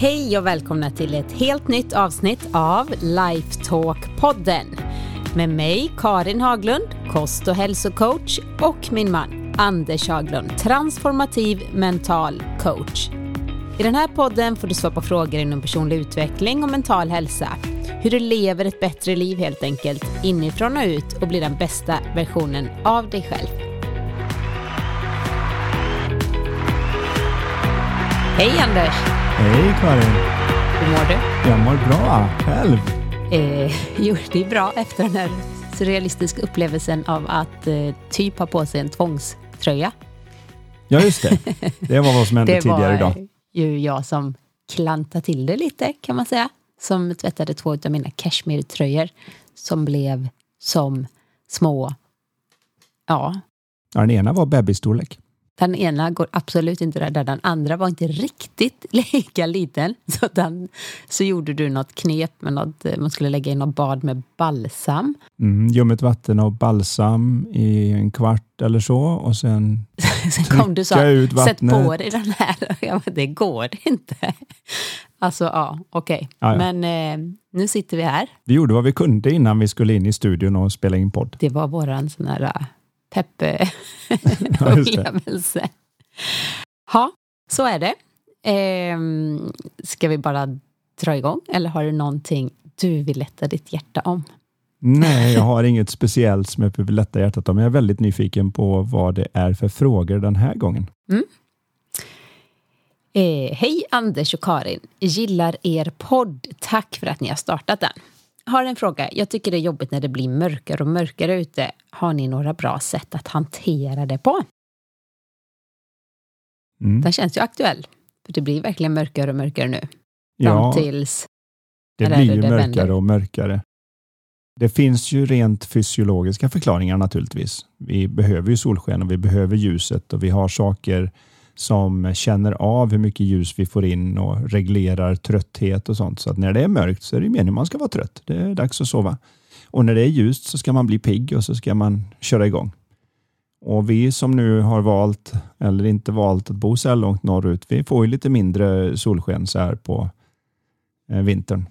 Hej och välkomna till ett helt nytt avsnitt av Lifetalk-podden. Med mig Karin Haglund, kost- och hälsocoach, och min man Anders Haglund, transformativ mental coach. I den här podden får du svara på frågor inom personlig utveckling och mental hälsa. Hur du lever ett bättre liv helt enkelt, inifrån och ut, och blir den bästa versionen av dig själv. Hej Anders! Hej Karin! Hur mår du? Jag mår bra, själv. Jo, det är bra efter den här surrealistiska upplevelsen av att typ ha på sig en tvångströja. Ja, just det. Det var vad som hände tidigare idag. Det var ju jag som klantade till det lite, kan man säga. Som tvättade 2 av mina cashmere-tröjor som blev som små, ja. Den ena var bebisstorlek. Den ena går absolut inte där. Den andra var inte riktigt lika liten. Så gjorde du något knep med något. Man skulle lägga in något bad med balsam. Ljummet vatten och balsam i en kvart eller så. Och sen kom du så, sätt på dig den här. Ja, men det går inte. Alltså, ja, okej. Ja. Men nu sitter vi här. Vi gjorde vad vi kunde innan vi skulle in i studion och spela in podd. Det var våran sån här pepp-upplevelse. Ja, så är det. Ska vi bara dra igång? Eller har du någonting du vill lätta ditt hjärta om? Nej, jag har inget speciellt som jag vill lätta hjärtat om. Jag är väldigt nyfiken på vad det är för frågor den här gången. Hej Anders och Karin. Gillar er podd. Tack för att ni har startat den. Har en fråga. Jag tycker det är jobbigt när det blir mörkare och mörkare ute. Har ni några bra sätt att hantera det på? Den känns ju aktuell. För det blir verkligen mörkare och mörkare nu. Ja, tills det blir ju mörkare och mörkare. Det finns ju rent fysiologiska förklaringar naturligtvis. Vi behöver ju solsken och vi behöver ljuset. Och vi har saker som känner av hur mycket ljus vi får in och reglerar trötthet och sånt. Så att när det är mörkt så är det meningen man ska vara trött. Det är dags att sova. Och när det är ljust så ska man bli pigg och så ska man köra igång. Och vi som nu har valt eller inte valt att bo så här långt norrut, vi får ju lite mindre solsken så här på vintern.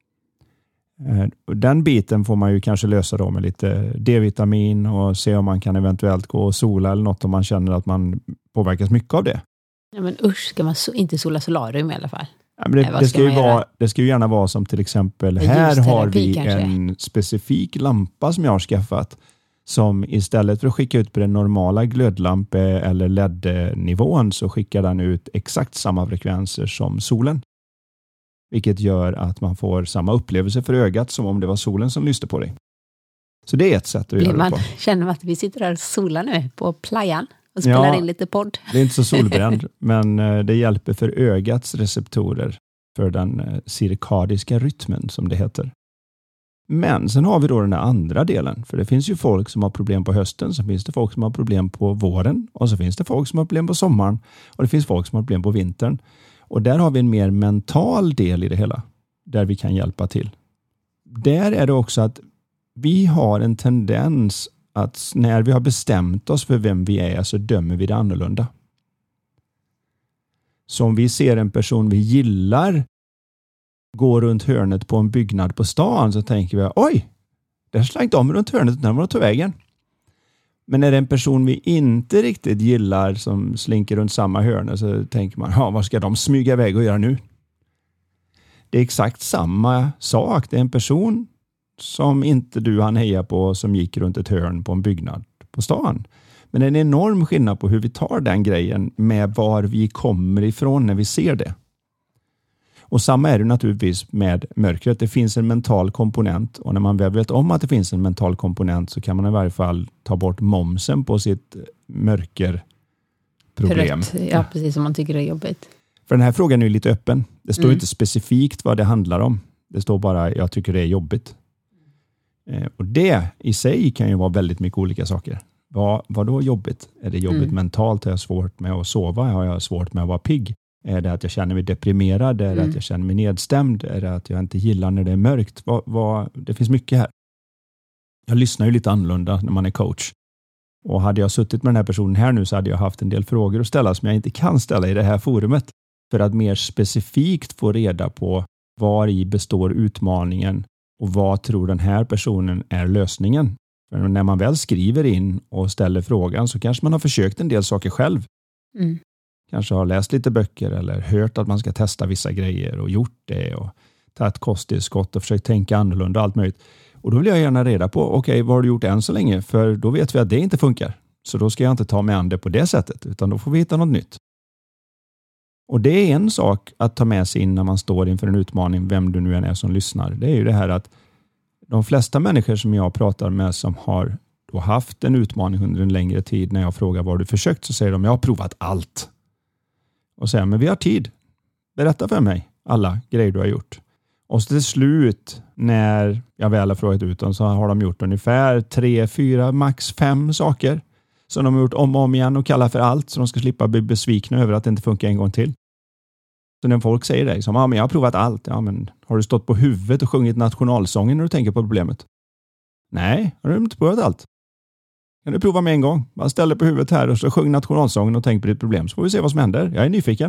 Den biten får man ju kanske lösa då med lite D-vitamin och se om man kan eventuellt gå och sola eller något om man känner att man påverkas mycket av det. Ja, men usch, ska man inte sola solarium i alla fall? Ja, men det ska ju gärna vara som till exempel, här har vi kanske en specifik lampa som jag har skaffat som istället för att skicka ut på den normala glödlampe eller LED-nivån så skickar den ut exakt samma frekvenser som solen. Vilket gör att man får samma upplevelse för ögat som om det var solen som lyste på dig. Så det är ett sätt att göra det på. Känner man att vi sitter där och solar nu på playan och spelar in lite podd? Det är inte så solbränd, men det hjälper för ögats receptorer för den cirkadiska rytmen som det heter. Men sen har vi då den här andra delen. För det finns ju folk som har problem på hösten, så finns det folk som har problem på våren och så finns det folk som har problem på sommaren och det finns folk som har problem på vintern. Och där har vi en mer mental del i det hela, där vi kan hjälpa till. Där är det också att vi har en tendens att när vi har bestämt oss för vem vi är så dömer vi det annorlunda. Så om vi ser en person vi gillar gå runt hörnet på en byggnad på stan så tänker vi, oj, där slank de runt hörnet när de tog vägen. Men är det en person vi inte riktigt gillar som slinker runt samma hörn så tänker man, vad ska de smyga iväg och göra nu? Det är exakt samma sak. Det är en person som inte du hann heja på som gick runt ett hörn på en byggnad på stan. Men det är en enorm skillnad på hur vi tar den grejen med var vi kommer ifrån när vi ser det. Och samma är det naturligtvis med mörkret. Det finns en mental komponent och när man väl vet om att det finns en mental komponent så kan man i varje fall ta bort momsen på sitt mörkerproblem. Ja, precis, som man tycker det är jobbigt. För den här frågan är ju lite öppen. Det står inte specifikt vad det handlar om. Det står bara, jag tycker det är jobbigt. Och det i sig kan ju vara väldigt mycket olika saker. Vad då jobbigt? Är det jobbigt mentalt? Har jag svårt med att sova? Har jag svårt med att vara pigg? Är det att jag känner mig deprimerad? Är det att jag känner mig nedstämd? Är det att jag inte gillar när det är mörkt? Det finns mycket här. Jag lyssnar ju lite annorlunda när man är coach. Och hade jag suttit med den här personen här nu så hade jag haft en del frågor att ställa som jag inte kan ställa i det här forumet. för att mer specifikt få reda på var i består utmaningen och vad tror den här personen är lösningen. För när man väl skriver in och ställer frågan så kanske man har försökt en del saker själv. Mm. Kanske har läst lite böcker eller hört att man ska testa vissa grejer och gjort det och tagit kosttillskott och försökt tänka annorlunda och allt möjligt. Och då vill jag gärna reda på, okej, vad har du gjort än så länge? För då vet vi att det inte funkar. Så då ska jag inte ta mig an det på det sättet, utan då får vi hitta något nytt. Och det är en sak att ta med sig in när man står inför en utmaning, vem du nu än är som lyssnar. Det är ju det här att de flesta människor som jag pratar med som har då haft en utmaning under en längre tid, när jag frågar vad du försökt, så säger de, jag har provat allt. Och säger, men vi har tid. Berätta för mig alla grejer du har gjort. Och så till slut, när jag väl har frågat ut dem, så har de gjort ungefär 3, 4, max 5 saker som de har gjort om och om igen och kallar för allt, så de ska slippa bli besvikna över att det inte funkar en gång till. Så när folk säger det, som, ja, men jag har provat allt. Ja, men har du stått på huvudet och sjungit nationalsången när du tänker på problemet? Nej, har du inte provat allt? Kan du prova med en gång? Bara ställ dig på huvudet här och så sjung nationalsången och tänk på ditt problem, så får vi se vad som händer. Jag är nyfiken.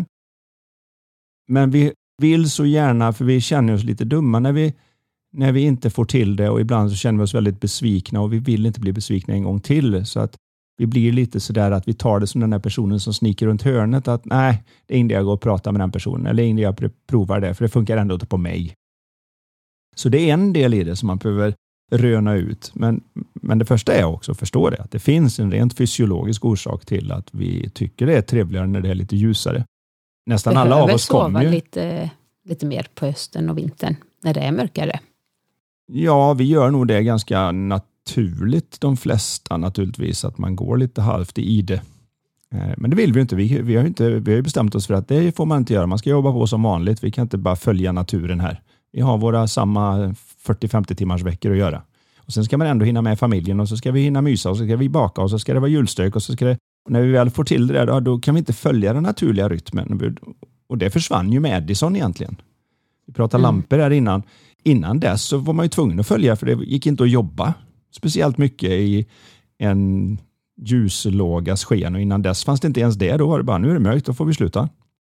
Men vi vill så gärna, för vi känner oss lite dumma när vi inte får till det, och ibland så känner vi oss väldigt besvikna och vi vill inte bli besvikna en gång till, så att vi blir lite sådär att vi tar det som den här personen som sniker runt hörnet, att nej, det är inte jag går och pratar med den personen, eller inte jag provar det, för det funkar ändå inte på mig. Så det är en del i det som man behöver röna ut, men det första är också att förstå det, att det finns en rent fysiologisk orsak till att vi tycker det är trevligare när det är lite ljusare. Nästan alla av oss kommer ju lite mer på hösten och vintern när det är mörkare. Ja, vi gör nog det ganska naturligt, de flesta naturligtvis, att man går lite halvt i det. Men det vill vi inte. Vi har ju bestämt oss för att det får man inte göra. Man ska jobba på som vanligt. Vi kan inte bara följa naturen här. Vi har våra samma 40-50 timmars veckor att göra. Och sen ska man ändå hinna med familjen, och så ska vi hinna mysa, och så ska vi baka, och så ska det vara julstök, och så ska det, och när vi väl får till det där, då kan vi inte följa den naturliga rytmen. Och det försvann ju med Edison egentligen. Vi pratade lampor här innan. Innan dess så var man ju tvungen att följa, för det gick inte att jobba speciellt mycket i en ljuslågas sken, och innan dess fanns det inte ens det. Då var det bara, nu är det mörkt, då får vi sluta.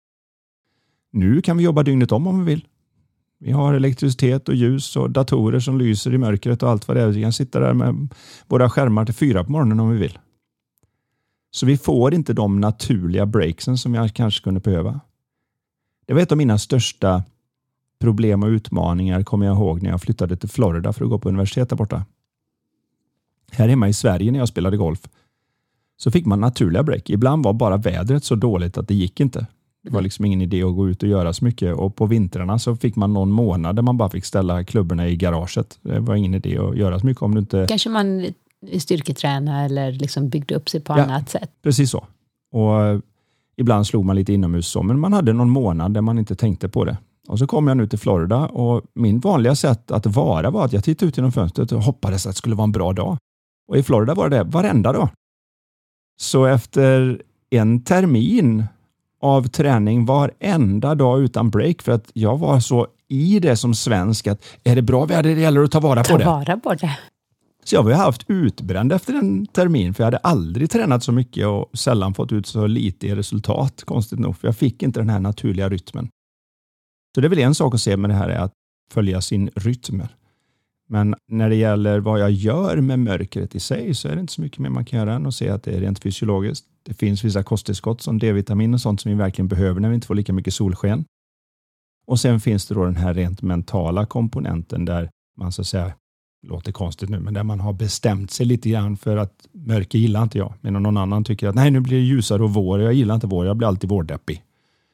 Nu kan vi jobba dygnet om vi vill. Vi har elektricitet och ljus och datorer som lyser i mörkret och allt vad det är. Vi kan sitta där med våra skärmar till 4 på morgonen om vi vill. Så vi får inte de naturliga breaksen som jag kanske kunde behöva. Det var ett av mina största problem och utmaningar, kommer jag ihåg, när jag flyttade till Florida för att gå på universitet där borta. Här hemma i Sverige när jag spelade golf så fick man naturliga break. Ibland var bara vädret så dåligt att det gick inte. Det var liksom ingen idé att gå ut och göra så mycket. Och på vintrarna så fick man någon månad där man bara fick ställa klubborna i garaget. Det var ingen idé att göra så mycket om du inte... Kanske man styrketräna eller liksom byggde upp sig på annat sätt. Precis så. Och ibland slog man lite inomhus så. Men man hade någon månad där man inte tänkte på det. Och så kom jag nu till Florida, och min vanliga sätt att vara var att jag tittade ut genom fönstret och hoppades att det skulle vara en bra dag. Och i Florida var det varenda dag. Så efter en termin av träning varenda dag utan break, för att jag var så i det som svensk att är det bra väder, det gäller att ta vara på det. Ta vara på det. Så jag var ju haft utbränd efter en termin, för jag hade aldrig tränat så mycket och sällan fått ut så lite i resultat, konstigt nog, för jag fick inte den här naturliga rytmen. Så det är väl en sak att se med det här, är att följa sin rytm. Men när det gäller vad jag gör med mörkret i sig, så är det inte så mycket mer man kan göra än att se att det är rent fysiologiskt. Det finns vissa kosttillskott som D-vitamin och sånt som vi verkligen behöver när vi inte får lika mycket solsken. Och sen finns det då den här rent mentala komponenten där man så att säga, låter konstigt nu, men där man har bestämt sig lite grann för att mörker gillar inte jag. Men någon annan tycker att nej, nu blir det ljusare och vår. Jag gillar inte vår, jag blir alltid vårdeppig.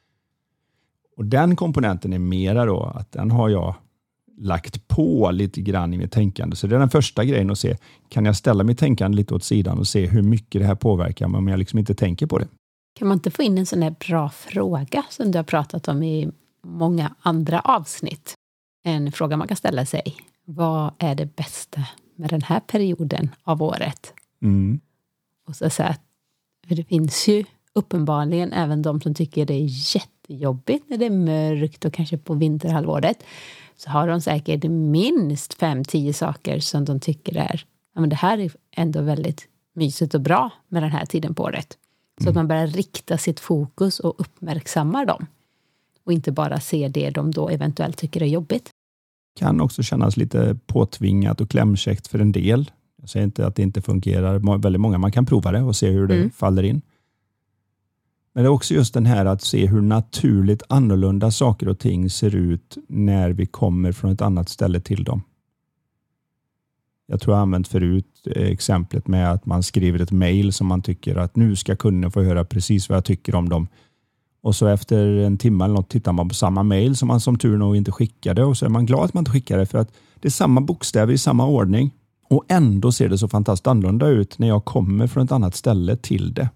Och den komponenten är mera då att den har jag lagt på lite grann i mitt tänkande. Så det är den första grejen att se, kan jag ställa mitt tänkande lite åt sidan och se hur mycket det här påverkar mig om jag liksom inte tänker på det. Kan man inte få in en sån här bra fråga som du har pratat om i många andra avsnitt? En fråga man kan ställa sig. Vad är det bästa med den här perioden av året? Och så att det finns ju uppenbarligen även de som tycker det är jättejobbigt när det är mörkt och kanske på vinterhalvåret. Så har de säkert minst 5-10 saker som de tycker är, ja, men det här är ändå väldigt mysigt och bra med den här tiden på året. Så att man börjar rikta sitt fokus och uppmärksammar dem. och inte bara se det de då eventuellt tycker är jobbigt. Kan också kännas lite påtvingat och klämkäckt för en del. Jag säger inte att det inte fungerar. Väldigt många, man kan prova det och se hur det faller in. Men det är också just den här att se hur naturligt annorlunda saker och ting ser ut när vi kommer från ett annat ställe till dem. Jag tror jag använt förut exemplet med att man skriver ett mejl som man tycker att nu ska kunden få höra precis vad jag tycker om dem. Och så efter en timme eller något tittar man på samma mejl som man som tur nog inte skickade och så är man glad att man inte skickade för att det är samma bokstäver i samma ordning och ändå ser det så fantastiskt annorlunda ut när jag kommer från ett annat ställe till det.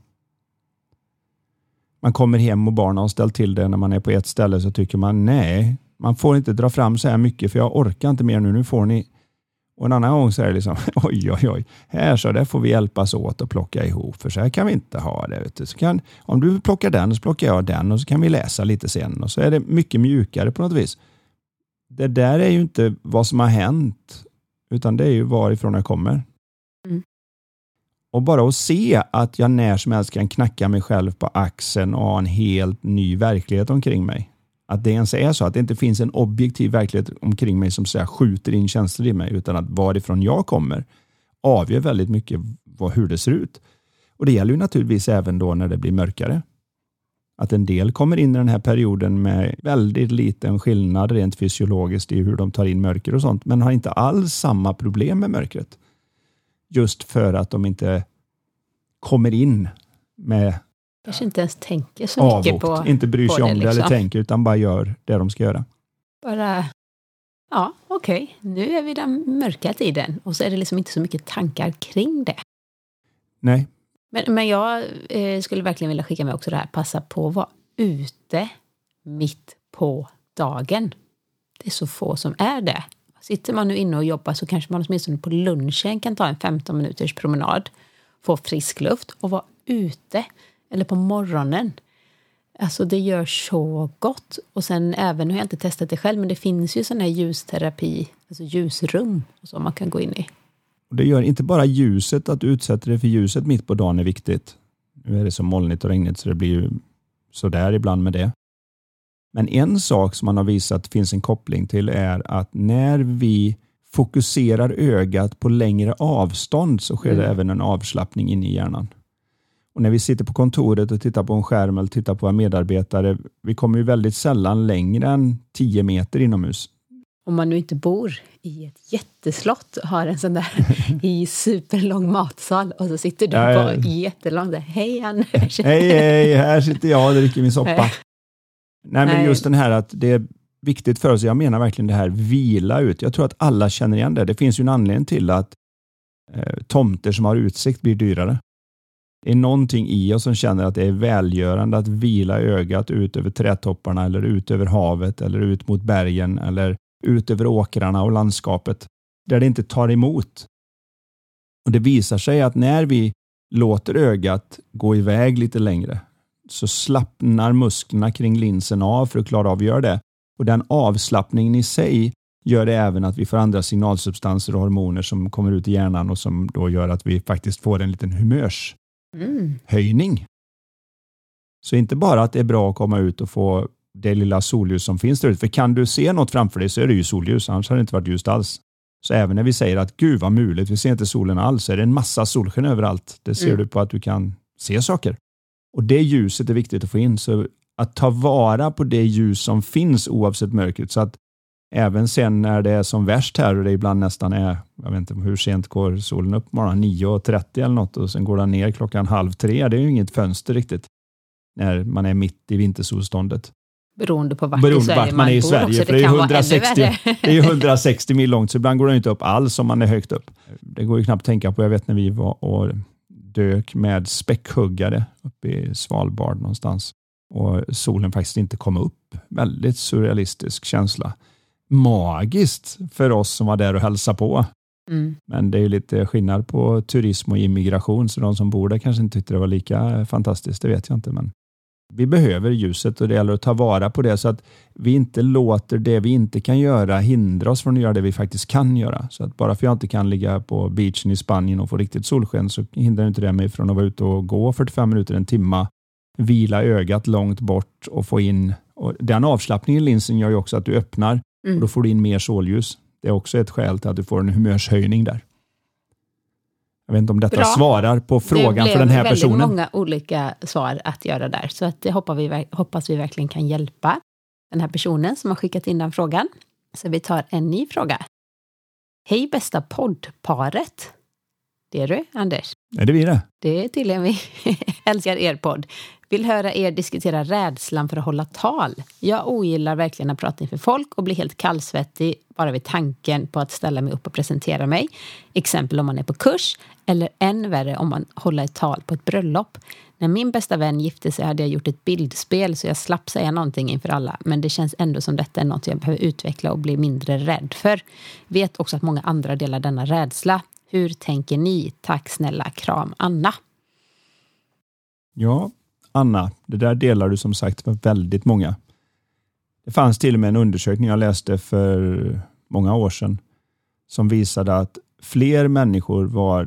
Man kommer hem och barnen har ställt till det när man är på ett ställe så tycker man nej, man får inte dra fram så här mycket för jag orkar inte mer nu får ni. Och en annan gång så är det liksom oj, här så där får vi hjälpas åt och plocka ihop för så här kan vi inte ha det. Så om du plockar den så plockar jag den och så kan vi läsa lite sen och så är det mycket mjukare på något vis. Det där är ju inte vad som har hänt utan det är ju varifrån jag kommer. Mm. Och bara att se att jag när som helst kan knacka mig själv på axeln och ha en helt ny verklighet omkring mig. Att det ens är så att det inte finns en objektiv verklighet omkring mig som så här skjuter in känslor i mig utan att varifrån jag kommer avgör väldigt mycket hur det ser ut. Och det gäller ju naturligtvis även då när det blir mörkare. Att en del kommer in i den här perioden med väldigt liten skillnad rent fysiologiskt i hur de tar in mörker och sånt men har inte alls samma problem med mörkret. Just för att de inte kommer in med kanske inte ens tänker så mycket på inte bryr sig om det liksom. Eller tänker utan bara gör det de ska göra. Bara, ja okej, nu är vi den mörka tiden och så är det liksom inte så mycket tankar kring det. Nej. Men jag skulle verkligen vilja skicka med också det här, passa på att vara ute mitt på dagen. Det är så få som är det. Sitter man nu inne och jobbar så kanske man åtminstone på lunchen kan ta en 15 minuters promenad, få frisk luft och vara ute. Eller på morgonen. Alltså det gör så gott. Och sen även, nu har jag inte testat det själv, men det finns ju sån här ljusterapi, alltså ljusrum som man kan gå in i. Och det gör inte bara ljuset, att du utsätter det för ljuset mitt på dagen är viktigt. Nu är det så molnigt och regnigt så det blir ju sådär ibland med det. Men en sak som man har visat finns en koppling till är att när vi fokuserar ögat på längre avstånd så sker det även en avslappning in i hjärnan. Och när vi sitter på kontoret och tittar på en skärm eller tittar på våra medarbetare, vi kommer ju väldigt sällan längre än 10 meter inomhus. Om man nu inte bor i ett jätteslott och har en sån där i superlång matsal och så sitter du på jättelångt. Hej Anders! Hej, här sitter jag och dricker min soppa. Nej, men just den här att det är viktigt för oss, jag menar verkligen det här vila ut. Jag tror att alla känner igen det. Det finns ju en anledning till att tomter som har utsikt blir dyrare. Det är någonting i oss som känner att det är välgörande att vila ögat ut över trädtopparna eller ut över havet eller ut mot bergen eller ut över åkrarna och landskapet där det inte tar emot. Och det visar sig att när vi låter ögat gå iväg lite längre så slappnar musklerna kring linsen av för att klara av att göra det. Och den avslappningen i sig gör det även att vi får andra signalsubstanser och hormoner som kommer ut i hjärnan och som då gör att vi faktiskt får en liten humörshöjning. Så inte bara att det är bra att komma ut och få det lilla solljus som finns där ute. För kan du se något framför dig så är det ju solljus, annars har det inte varit ljust alls. Så även när vi säger att gud vad muligt, vi ser inte solen alls, så är det en massa solsken överallt. Det ser du på att du kan se saker. Och det ljuset är viktigt att få in. Så att ta vara på det ljus som finns oavsett mörkret. Så att även sen när det är som värst här och det ibland nästan är, jag vet inte hur sent går solen upp morgonen, 9:30 eller något och sen går den ner 2:30. Det är ju inget fönster riktigt när man är mitt i vintersolståndet. Beroende på vart i Sverige man är i Sverige. Också, för det är ju 160 mil långt så ibland går det inte upp alls om man är högt upp. Det går ju knappt att tänka på. Jag vet när vi var och dök med späckhuggare uppe i Svalbard någonstans. Och solen faktiskt inte kom upp. Väldigt surrealistisk känsla. Magiskt för oss som var där och hälsade på. Men det är ju lite skillnad på turism och immigration. Så de som bor där kanske inte tyckte det var lika fantastiskt. Det vet jag inte. Men vi behöver ljuset och det gäller att ta vara på det. Så att vi inte låter det vi inte kan göra hindra oss från att göra det vi faktiskt kan göra. Så att bara för jag inte kan ligga på beachen i Spanien och få riktigt solsken så hindrar inte det mig från att vara ute och gå 45 minuter, en timma. Vila ögat långt bort och få in Och den avslappningen i linsen gör ju också att du öppnar och då får du in mer solljus. Det är också ett skäl till att du får en humörshöjning där. Jag vet inte om detta svarar på frågan för den här personen. Det blev väldigt många olika svar att göra där. Så att det hoppas vi verkligen kan hjälpa den här personen som har skickat in den frågan. Så vi tar en ny fråga. Hej bästa poddparet. Det är du, Anders. Är det vi det? Det är tydligen vi. Älskar er podd. Vill höra er diskutera rädslan för att hålla tal. Jag ogillar verkligen att prata inför folk och blir helt kallsvettig bara vid tanken på att ställa mig upp och presentera mig. Exempel om man är på kurs eller än värre om man håller ett tal på ett bröllop. När min bästa vän gifte sig hade jag gjort ett bildspel så jag slapp säga någonting inför alla. Men det känns ändå som detta är något jag behöver utveckla och bli mindre rädd för. Vet också att många andra delar denna rädsla. Hur tänker ni? Tack snälla, kram Anna. Ja, Anna, det där delar du som sagt med väldigt många. Det fanns till och med en undersökning jag läste för många år sedan som visade att fler människor var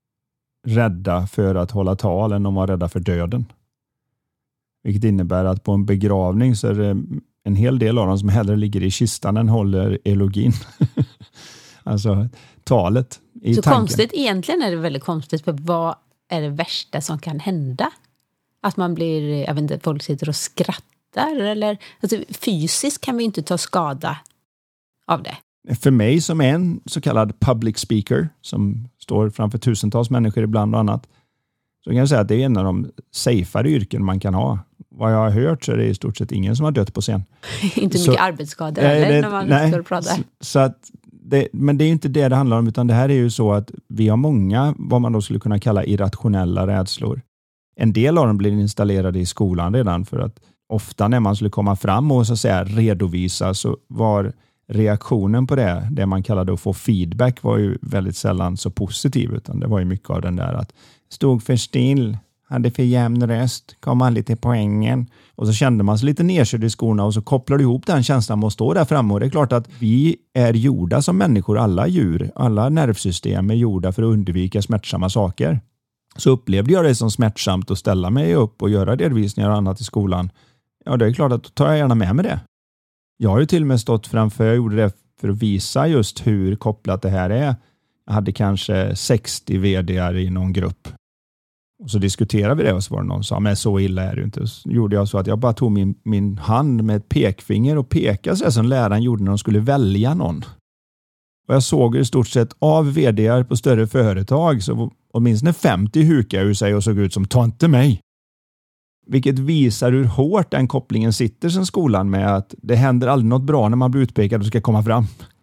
rädda för att hålla tal än de var rädda för döden. Vilket innebär att på en begravning så är det en hel del av dem som hellre ligger i kistan än håller elogin. Alltså talet i så tanken. Konstigt, egentligen är det väldigt konstigt, för vad är det värsta som kan hända? Att man blir, jag vet inte, folk sitter och skrattar eller alltså, fysiskt kan vi inte ta skada av det. För mig som är en så kallad public speaker som står framför tusentals människor ibland och annat, så kan jag säga att det är en av de safeare yrken man kan ha. Vad jag har hört så är det i stort sett ingen som har dött på scen. Inte mycket arbetsskador eller när man står och pratar. Så att men det är inte det handlar om, utan det här är ju så att vi har många, vad man då skulle kunna kalla irrationella rädslor. En del av dem blir installerade i skolan redan, för att ofta när man skulle komma fram och så att säga redovisa, så var reaktionen på det man kallade att få feedback, var ju väldigt sällan så positiv, utan det var ju mycket av den där att stod för still, hade för jämn röst, kom aldrig till poängen. Och så kände man sig lite nedkörd i skorna och så kopplar du ihop den känslan med att stå där framme. Och det är klart att vi är gjorda som människor, alla djur, alla nervsystem är gjorda för att undvika smärtsamma saker. Så upplevde jag det som smärtsamt att ställa mig upp och göra redovisningar och annat i skolan. Ja, det är klart att då tar jag gärna med mig det. Jag har ju till och med stått framför, jag gjorde det för att visa just hur kopplat det här är. Jag hade kanske 60 vd:ar i någon grupp. Och så diskuterade vi det och så var det någon som sa, men så illa är det inte. Så gjorde jag så att jag bara tog min hand med ett pekfinger och pekade så som läraren gjorde när de skulle välja någon. Och jag såg i stort sett av vd:ar på större företag så åtminstone 50 hukade ur sig och såg ut som ta inte mig. Vilket visar hur hårt den kopplingen sitter sen skolan med att det händer aldrig något bra när man blir utpekad och ska komma fram.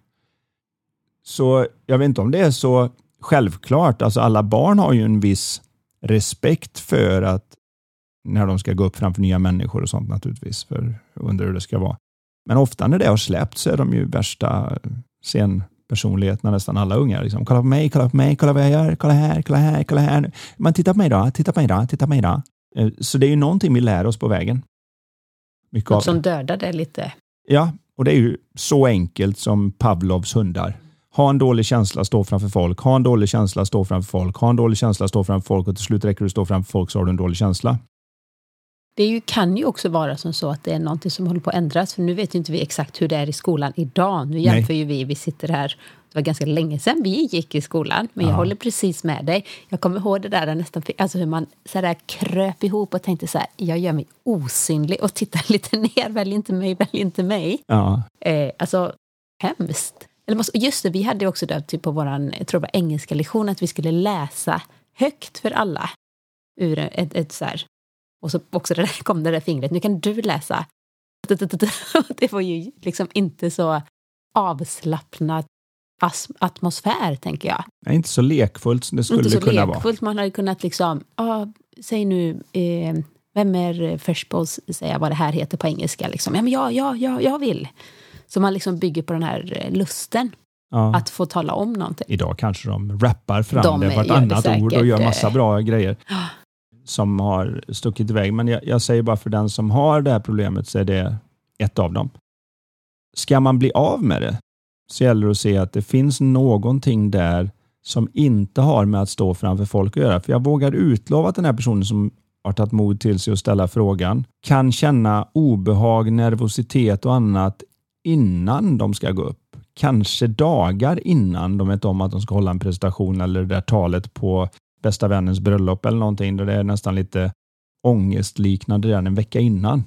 Så jag vet inte om det är så självklart. Alltså alla barn har ju en viss respekt för att när de ska gå upp framför nya människor och sånt naturligtvis, för undrar hur det ska vara. Men ofta när det har släppt så är de ju värsta scenpersonligheterna, nästan alla ungar. Liksom, kolla på mig, kolla vad jag gör, kolla här. Men titta på mig då. Så det är ju någonting vi lär oss på vägen. Mycket något som dödar det lite. Ja, och det är ju så enkelt som Pavlovs hundar. Ha en dålig känsla, stå framför folk. Ha en dålig känsla, stå framför folk. Ha en dålig känsla, stå framför folk. Och till slut räcker du stå framför folk så har du en dålig känsla. Kan ju också vara som så att det är någonting som håller på att ändras. För nu vet ju inte vi exakt hur det är i skolan idag. Nu jämför ju vi sitter här. Det var ganska länge sedan vi gick i skolan. Men jag håller precis med dig. Jag kommer ihåg det där nästan, alltså hur man så där kröp ihop och tänkte så här, jag gör mig osynlig och tittar lite ner. Välj inte mig. Ja. Alltså, hemskt. Just det, vi hade också där typ på våran, jag tror det var engelska lektion, att vi skulle läsa högt för alla ur ett så här. Och så också kom det där fingret. Nu kan du läsa. Det var ju liksom inte så avslappnad atmosfär, tänker jag. Det är inte så lekfullt som det skulle kunna vara. Inte så lekfullt. Man hade kunnat liksom, säg nu, vem är först på att säga vad det här heter på engelska? Liksom. Ja, men jag vill. Så man liksom bygger på den här lusten att få tala om någonting. Idag kanske de rappar fram det vartannat ord och gör massa bra grejer som har stuckit iväg. Men jag säger bara, för den som har det här problemet så är det ett av dem. Ska man bli av med det så gäller det att se att det finns någonting där som inte har med att stå framför folk att göra. För jag vågar utlova att den här personen som har tagit mod till sig att ställa frågan, kan känna obehag, nervositet och annat innan de ska gå upp. Kanske dagar innan de vet om att de ska hålla en presentation eller det där talet på bästa vännens bröllop eller någonting, där det är nästan lite ångestliknande redan en vecka innan.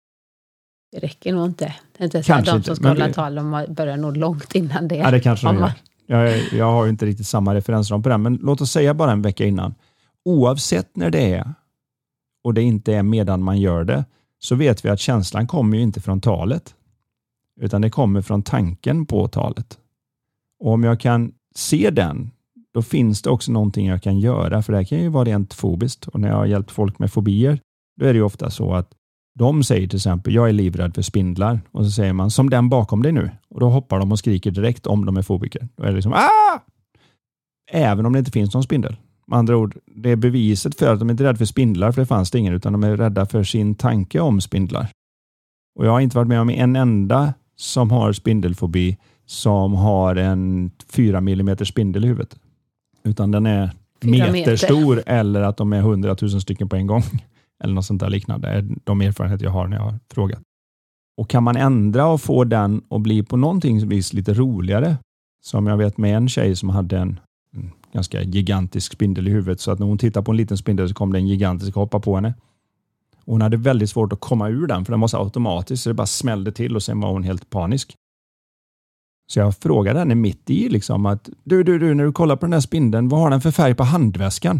Det räcker nog inte. Det är inte så att de som ska hålla tal, de börjar nog långt innan det. Ja, det kanske de gör. Jag har ju inte riktigt samma referensram på den, men låt oss säga bara en vecka innan. Oavsett när det är och det inte är medan man gör det, så vet vi att känslan kommer ju inte från talet, utan det kommer från tanken på talet. Och om jag kan se den, då finns det också någonting jag kan göra, för det här kan ju vara rent fobiskt. Och när jag har hjälpt folk med fobier, då är det ju ofta så att de säger till exempel, jag är livrädd för spindlar. Och så säger man, som den bakom dig nu. Och då hoppar de och skriker direkt om de är fobiker. Då är det liksom, ah! Även om det inte finns någon spindel. Med andra ord, det är beviset för att de inte är rädda för spindlar, för det fanns det ingen, utan de är rädda för sin tanke om spindlar. Och jag har inte varit med om en enda som har spindelfobi som har en 4 mm spindel i huvudet. Utan den är meter stor, eller att de är 100 000 stycken på en gång. Eller något sånt där liknande. Det är de erfarenheter jag har när jag har frågat. Och kan man ändra och få den att bli på någonting vis lite roligare. Som jag vet med en tjej som hade en ganska gigantisk spindel i huvudet. Så att när hon tittar på en liten spindel så kom det en gigantisk hoppa på henne. Och hon hade väldigt svårt att komma ur den, för den var så automatisk så det bara smällde till och sen var hon helt panisk. Så jag frågade henne mitt i liksom att du, när du kollar på den här spindeln, vad har den för färg på handväskan?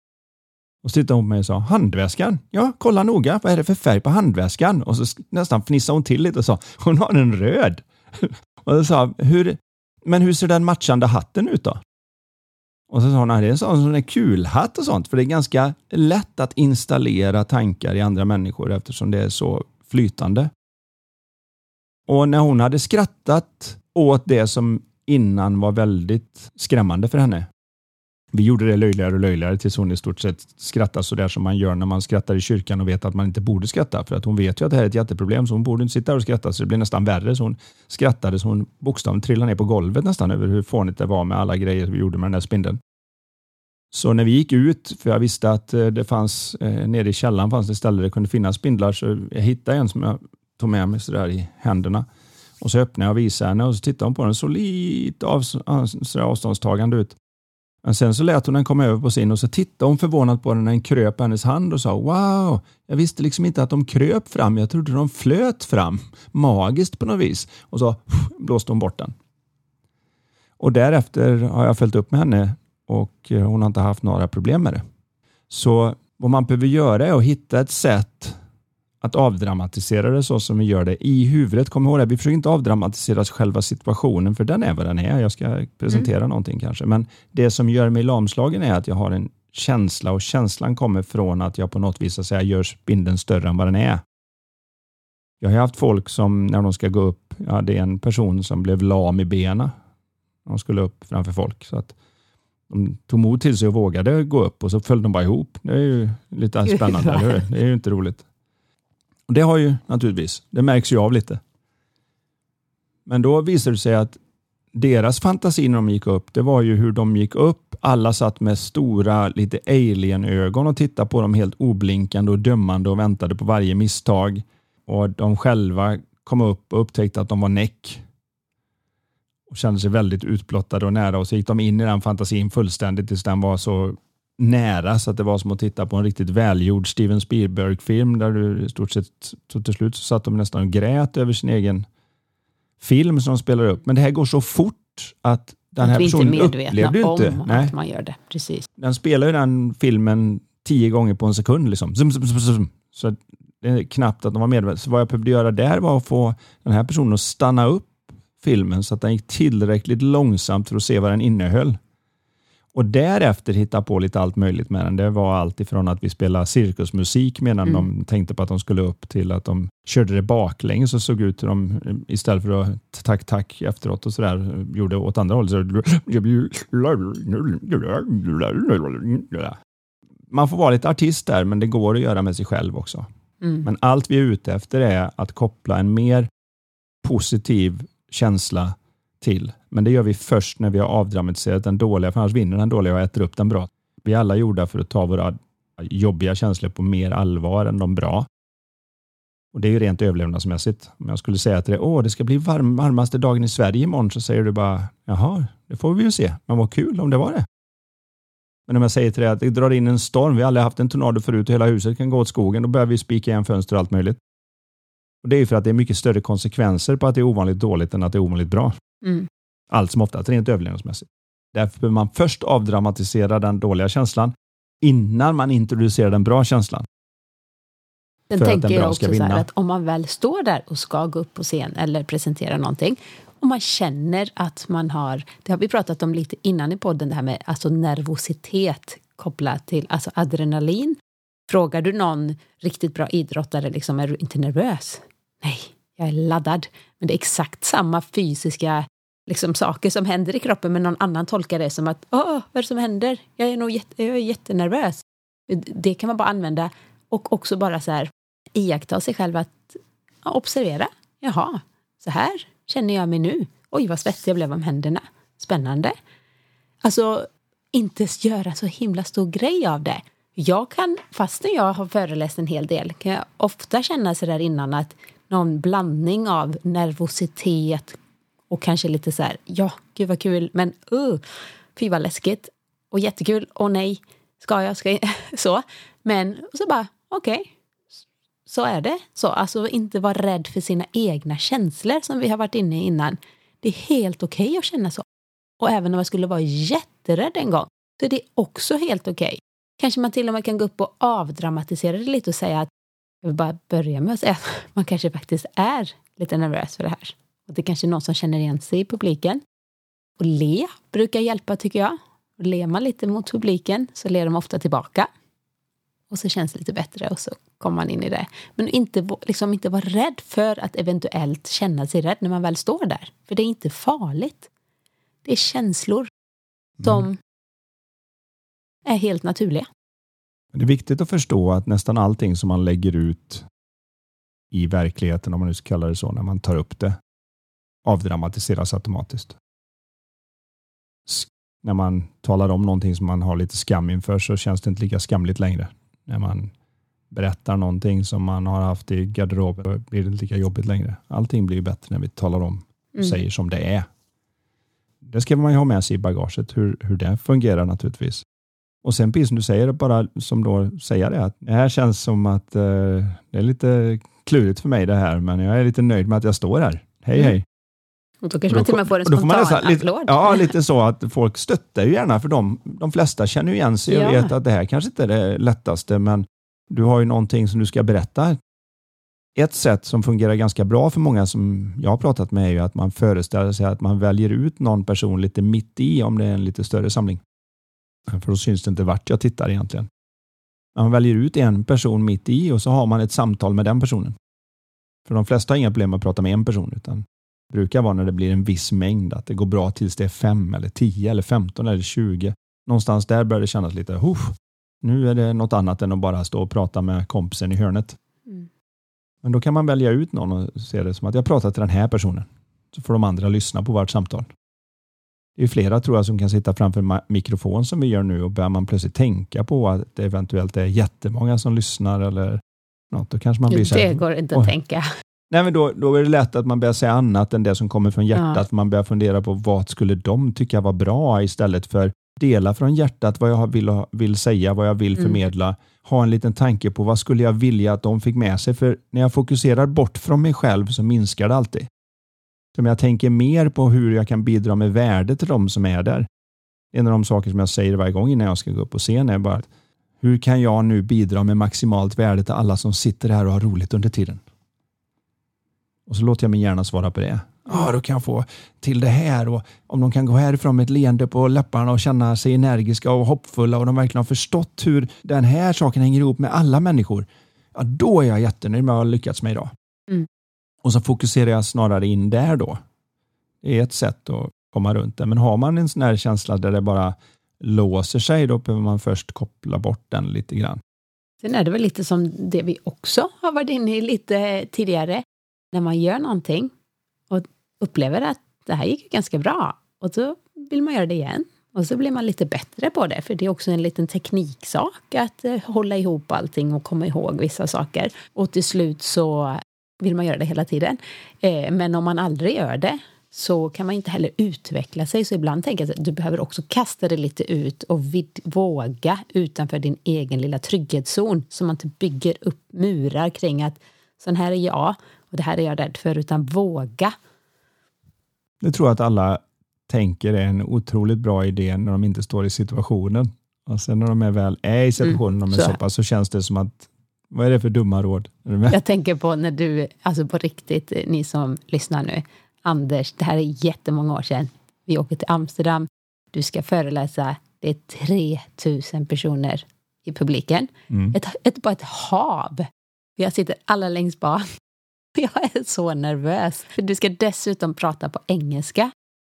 Och så tittade hon på mig och sa, handväskan? Ja, kolla noga, vad är det för färg på handväskan? Och så nästan fnissade hon till lite och sa, hon har en röd. Och så sa, hur ser den matchande hatten ut då? Och så sa hon, det är en sån där kulhatt och sånt, för det är ganska lätt att installera tankar i andra människor eftersom det är så flytande. Och när hon hade skrattat åt det som innan var väldigt skrämmande för henne, vi gjorde det löjligare och löjligare tills hon i stort sett skrattade så där som man gör när man skrattar i kyrkan och vet att man inte borde skratta, för att hon vet ju att det här är ett jätteproblem, så hon borde inte sitta och skratta, så det blir nästan värre. Så hon skrattade så hon bokstavligen trillade ner på golvet nästan över hur fånigt det var med alla grejer vi gjorde med den här spindeln. Så när vi gick ut, för jag visste att det fanns nere i källaren fanns det ställen där det kunde finnas spindlar, så jag hittade en som jag tog med mig så där i händerna. Och så öppnade jag och visade henne och så tittade hon på den så lite avståndstagande ut. Men sen så lät hon den komma över på sin och så tittade hon förvånat på den när den kröp hennes hand och sa, wow, jag visste liksom inte att de kröp fram, jag trodde de flöt fram, magiskt på något vis. Och så blåste hon bort den. Och därefter har jag följt upp med henne och hon har inte haft några problem med det. Så vad man behöver göra är att hitta ett sätt att avdramatisera det så som vi gör det i huvudet. Kom ihåg det, vi försöker inte avdramatisera själva situationen, för den är vad den är. Jag ska presentera någonting kanske. Men det som gör mig lamslagen är att jag har en känsla, och känslan kommer från att jag på något vis så gör spindeln större än vad den är. Jag har haft folk som när de ska gå upp, det är en person som blev lam i benen. De skulle upp framför folk, så att de tog mod till sig och vågade gå upp, och så följde de bara ihop. Det är ju lite spännande, eller hur? Det är ju inte roligt. Och det har ju naturligtvis, det märks ju av lite. Men då visade det sig att deras fantasi när de gick upp, det var ju hur de gick upp. Alla satt med stora, lite alien-ögon och tittade på dem helt oblinkande och dömande och väntade på varje misstag. Och de själva kom upp och upptäckte att de var näck. Och kände sig väldigt utblottade och nära, och så gick de in i den fantasin fullständigt tills den var så nära så att det var som att titta på en riktigt välgjord Steven Spielberg-film där du i stort sett till slut så satt de nästan och grät över sin egen film som de spelar upp. Men det här går så fort att den här personen upplevde ju inte att man gör det. Precis. Den spelar ju den filmen 10 gånger på en sekund liksom. Så det är knappt att de var medvetna. Så vad jag behövde göra där var att få den här personen att stanna upp filmen så att den gick tillräckligt långsamt för att se vad den innehöll. Och därefter hitta på lite allt möjligt med den. Det var allt ifrån att vi spelade cirkusmusik medan de tänkte på att de skulle upp, till att de körde det baklänges och såg ut till dem istället för att tack efteråt och sådär gjorde åt andra hållet. Man får vara lite artist där, men det går att göra med sig själv också. Men allt vi är ute efter är att koppla en mer positiv känsla till. Men det gör vi först när vi har avdramatiserat den dåliga, för annars vinner den dåliga och äter upp den bra. Vi är alla gjorda för att ta våra jobbiga känslor på mer allvar än de bra. Och det är ju rent överlevnadsmässigt. Om jag skulle säga till dig, det ska bli varmaste dagen i Sverige imorgon, så säger du bara, jaha, det får vi ju se. Men vad kul om det var det. Men om jag säger till dig att det drar in en storm, vi har aldrig haft en tornado förut och hela huset kan gå åt skogen, då börjar vi spika igen fönster och allt möjligt. Och det är ju för att det är mycket större konsekvenser på att det är ovanligt dåligt än att det är ovanligt bra. Mm. Allt som oftast rent överlevnadsmässigt. Därför behöver man först avdramatisera den dåliga känslan innan man introducerar den bra känslan. Sen tänker jag också så här att om man väl står där och ska gå upp på scen eller presentera någonting, och man känner att man har, det har vi pratat om lite innan i podden, det här med alltså nervositet kopplat till alltså adrenalin. Frågar du någon riktigt bra idrottare liksom, är du inte nervös? Nej, jag är laddad. Men det är exakt samma fysiska liksom, saker som händer i kroppen, men någon annan tolkar det som att vad är det som händer? Jag är jättenervös. Det kan man bara använda och också bara så här iaktta sig själv att observera. Jaha, så här känner jag mig nu. Oj, vad svettig jag blev om händerna. Spännande. Alltså, inte göra så himla stor grej av det. Jag kan, fastän jag har föreläst en hel del, kan jag ofta känna så där innan att någon blandning av nervositet och kanske lite så här, ja, gud vad kul, men fy vad läskigt och jättekul, nej, ska jag så, men och så bara, okej. Så är det. Så, alltså inte vara rädd för sina egna känslor som vi har varit inne innan. Det är helt okej att känna så. Och även om jag skulle vara jätterädd en gång, så är det också helt okej. Kanske man till och med kan gå upp och avdramatisera det lite och säga att jag vill bara börja med att säga att man kanske faktiskt är lite nervös för det här. Och det är kanske någon som känner igen sig i publiken. Och le brukar hjälpa, tycker jag. Och ler man lite mot publiken så ler de ofta tillbaka. Och så känns det lite bättre och så kommer man in i det. Men inte vara rädd för att eventuellt känna sig rädd när man väl står där. För det är inte farligt. Det är känslor som är helt naturliga. Det är viktigt att förstå att nästan allting som man lägger ut i verkligheten, om man nu ska kalla det så, när man tar upp det, avdramatiseras automatiskt. När man talar om någonting som man har lite skam inför så känns det inte lika skamligt längre. När man berättar någonting som man har haft i garderoben blir det inte lika jobbigt längre. Allting blir bättre när vi talar om och säger som det är. Det ska man ju ha med sig i bagaget, hur det fungerar naturligtvis. Och sen precis som du säger, bara som då säger det, att det här känns som att det är lite klurigt för mig det här, men jag är lite nöjd med att jag står här. Hej. Och då kanske man till och med får en spontan applåd. Ja, lite så att folk stöttar ju gärna, för de flesta känner ju igen sig och vet att det här kanske inte är det lättaste, men du har ju någonting som du ska berätta. Ett sätt som fungerar ganska bra för många som jag har pratat med är ju att man föreställer sig att man väljer ut någon person lite mitt i, om det är en lite större samling. För då syns det inte vart jag tittar egentligen. Man väljer ut en person mitt i och så har man ett samtal med den personen. För de flesta har inga problem att prata med en person, utan det brukar vara när det blir en viss mängd, att det går bra tills det är 5 eller 10 eller 15 eller 20. Någonstans där börjar det kännas lite, nu är det något annat än att bara stå och prata med kompisen i hörnet. Men då kan man välja ut någon och se det som att jag pratar till den här personen. Så får de andra lyssna på vårt samtal. Det är flera, tror jag, som kan sitta framför mikrofon som vi gör nu, och börjar man plötsligt tänka på att det eventuellt är jättemånga som lyssnar eller något, då kanske man blir så här, det går inte att tänka. Nej, men då är det lätt att man börjar säga annat än det som kommer från hjärtat. Man börjar fundera på vad skulle de tycka var bra, istället för dela från hjärtat vad jag vill säga, vad jag vill förmedla. Ha en liten tanke på vad skulle jag vilja att de fick med sig. För när jag fokuserar bort från mig själv så minskar det alltid. Så om jag tänker mer på hur jag kan bidra med värde till de som är där. En av de saker som jag säger varje gång innan jag ska gå upp på scen är bara, hur kan jag nu bidra med maximalt värde till alla som sitter här och har roligt under tiden? Och så låter jag mig gärna svara på det. Då kan jag få till det här, och om de kan gå härifrån med ett leende på läpparna och känna sig energiska och hoppfulla, och de verkligen har förstått hur den här saken hänger ihop med alla människor, då är jag jättenöjd med att ha lyckats med idag. Och så fokuserar jag snarare in där då. Det är ett sätt att komma runt det. Men har man en sån här känsla där det bara låser sig, då behöver man först koppla bort den lite grann. Sen är det väl lite som det vi också har varit inne i lite tidigare. När man gör någonting och upplever att det här gick ganska bra, och så vill man göra det igen. Och så blir man lite bättre på det, för det är också en liten tekniksak att hålla ihop allting och komma ihåg vissa saker. Och till slut så vill man göra det hela tiden. Men om man aldrig gör det så kan man inte heller utveckla sig. Så ibland tänker jag att du behöver också kasta det lite ut och våga utanför din egen lilla trygghetszon. Så man inte bygger upp murar kring att sån här är jag och det här är jag rädd för, utan våga. Jag tror att alla tänker är en otroligt bra idé när de inte står i situationen. Och sen när de är väl i situationen, de är så pass, så känns det som att, vad är det för dumma råd? Jag tänker på när du, alltså på riktigt, ni som lyssnar nu, Anders, det här är jättemånga år sedan. Vi åker till Amsterdam, du ska föreläsa, det är 3000 personer i publiken. Bara ett hav. Jag sitter alla längst bak. Jag är så nervös. Du ska dessutom prata på engelska.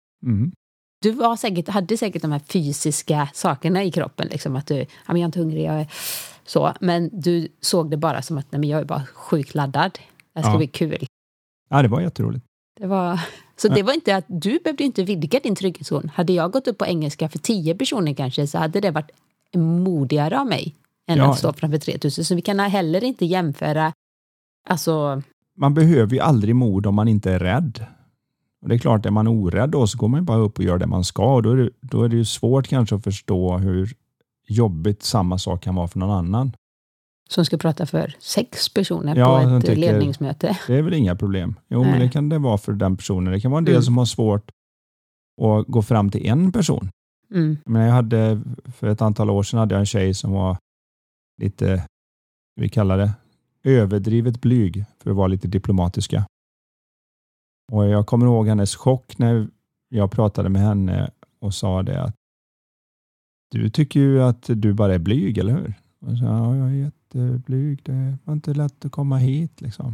Du hade säkert de här fysiska sakerna i kroppen. Liksom att jag är inte hungrig, jag är så. Men du såg det bara som att jag är bara sjukt laddad. Det ska bli kul. Ja, det var jätteroligt. Det var inte att du behövde inte vidga din trygghetszon. Hade jag gått upp på engelska för 10 personer kanske, så hade det varit modigare av mig än att stå framför 3000. Så vi kan heller inte jämföra. Alltså, man behöver ju aldrig mod om man inte är rädd. Och det är klart, är man orädd då så går man bara upp och gör det man ska. Och då är det ju svårt kanske att förstå hur jobbigt samma sak kan vara för någon annan. Som ska prata för 6 personer på ett ledningsmöte. Det är väl inga problem. Jo, men det kan det vara för den personen. Det kan vara en del som har svårt att gå fram till en person. Men jag hade, för ett antal år sedan hade jag en tjej som var lite, vi kallar det, överdrivet blyg, för att vara lite diplomatiska. Och jag kommer ihåg hennes chock när jag pratade med henne och sa det att du tycker ju att du bara är blyg, eller hur? Och så, ja, jag är jätteblyg, det var inte lätt att komma hit liksom.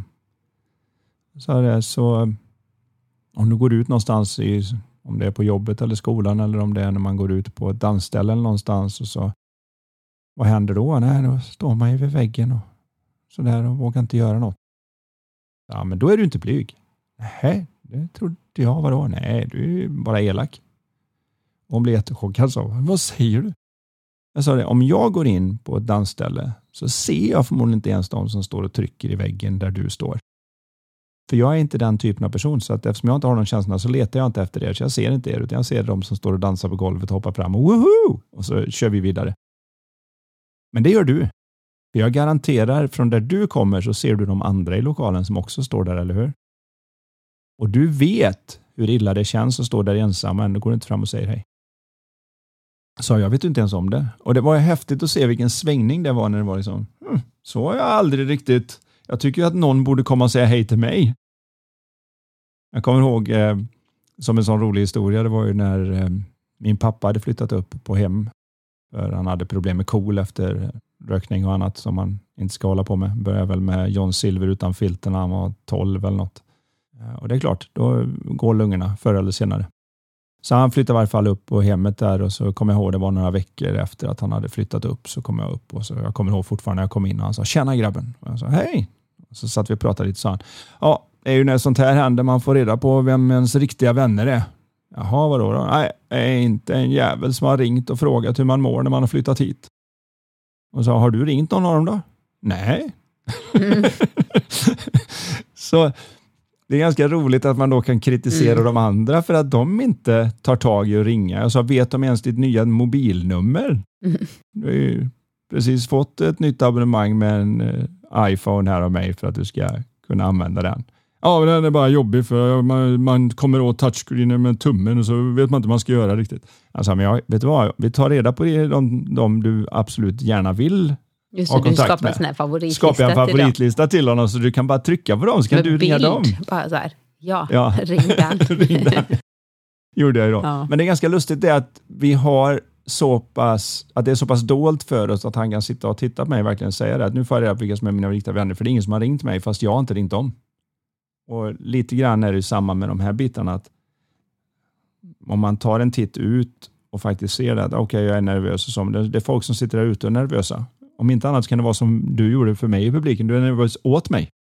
Så om du går ut någonstans om det är på jobbet eller skolan, eller om det är när man går ut på ett dansställe eller någonstans, och så vad händer då? Nej, då står man ju vid väggen och sådär och vågar inte göra något. Ja, men då är du inte blyg. Nej, det trodde jag. Vadå? Nej, du är ju bara elak. Hon blev jättechockad. Vad säger du? Jag sa det, om jag går in på ett dansställe så ser jag förmodligen inte ens de som står och trycker i väggen där du står. För jag är inte den typen av person, så att eftersom jag inte har någon känsla så letar jag inte efter er, så jag ser inte er, utan jag ser de som står och dansar på golvet och hoppar fram och woohoo! Och så kör vi vidare. Men det gör du. För jag garanterar, från där du kommer så ser du de andra i lokalen som också står där, eller hur? Och du vet hur illa det känns att stå där ensam, och ändå går du inte fram och säger hej. Så jag vet inte ens om det. Och det var häftigt att se vilken svängning det var när det var liksom, så har jag aldrig riktigt. Jag tycker att någon borde komma och säga hej till mig. Jag kommer ihåg som en sån rolig historia, det var ju när min pappa hade flyttat upp på hem. För han hade problem med KOL efter rökning och annat som man inte ska hålla på med. Började väl med John Silver utan filter när han var 12 eller något. Och det är klart, då går lungorna förr eller senare. Så han flyttade i varje fall upp på hemmet där, och så kommer jag ihåg, det var några veckor efter att han hade flyttat upp, så kom jag upp, och så jag kommer ihåg fortfarande när jag kom in och han sa, tjena grabben. Och jag sa, hej. Och så satt vi och pratade lite, så han, ja, det är ju när sånt här händer man får reda på vem ens riktiga vänner är. Jaha, vadå då? Nej, är inte en jävel som har ringt och frågat hur man mår när man har flyttat hit. Och så, har du ringt någon av dem då? Nej. Så det är ganska roligt att man då kan kritisera de andra för att de inte tar tag i att ringa. Och så vet de ens ditt nya mobilnummer. Du har ju precis fått ett nytt abonnemang med en iPhone här av mig för att du ska kunna använda den. Ja, men den är bara jobbig för man kommer åt touchscreenen med tummen och så vet man inte vad man ska göra riktigt. Alltså, men vet du vad? Vi tar reda på det, de du absolut gärna vill. Just det, du skapar en sån här favoritlista. Skapar en favoritlista till honom, så du kan bara trycka på dem, så kan du ringa dem. Bara så här, ja. Ring den. Ring den. Gjorde jag ju då. Ja. Men det är ganska lustigt det att vi har att det är så pass dolt för oss att han kan sitta och titta på mig och verkligen säga det. Att nu får jag reda på vilka som är mina riktiga vänner, för det är ingen som har ringt mig fast jag har inte ringt dem. Och lite grann är det samma med de här bitarna, att om man tar en titt ut och faktiskt ser att okej, jag är nervös och så, det är folk som sitter där ute och är nervösa. Om inte annat kan det vara som du gjorde för mig i publiken. Du är nervös åt mig.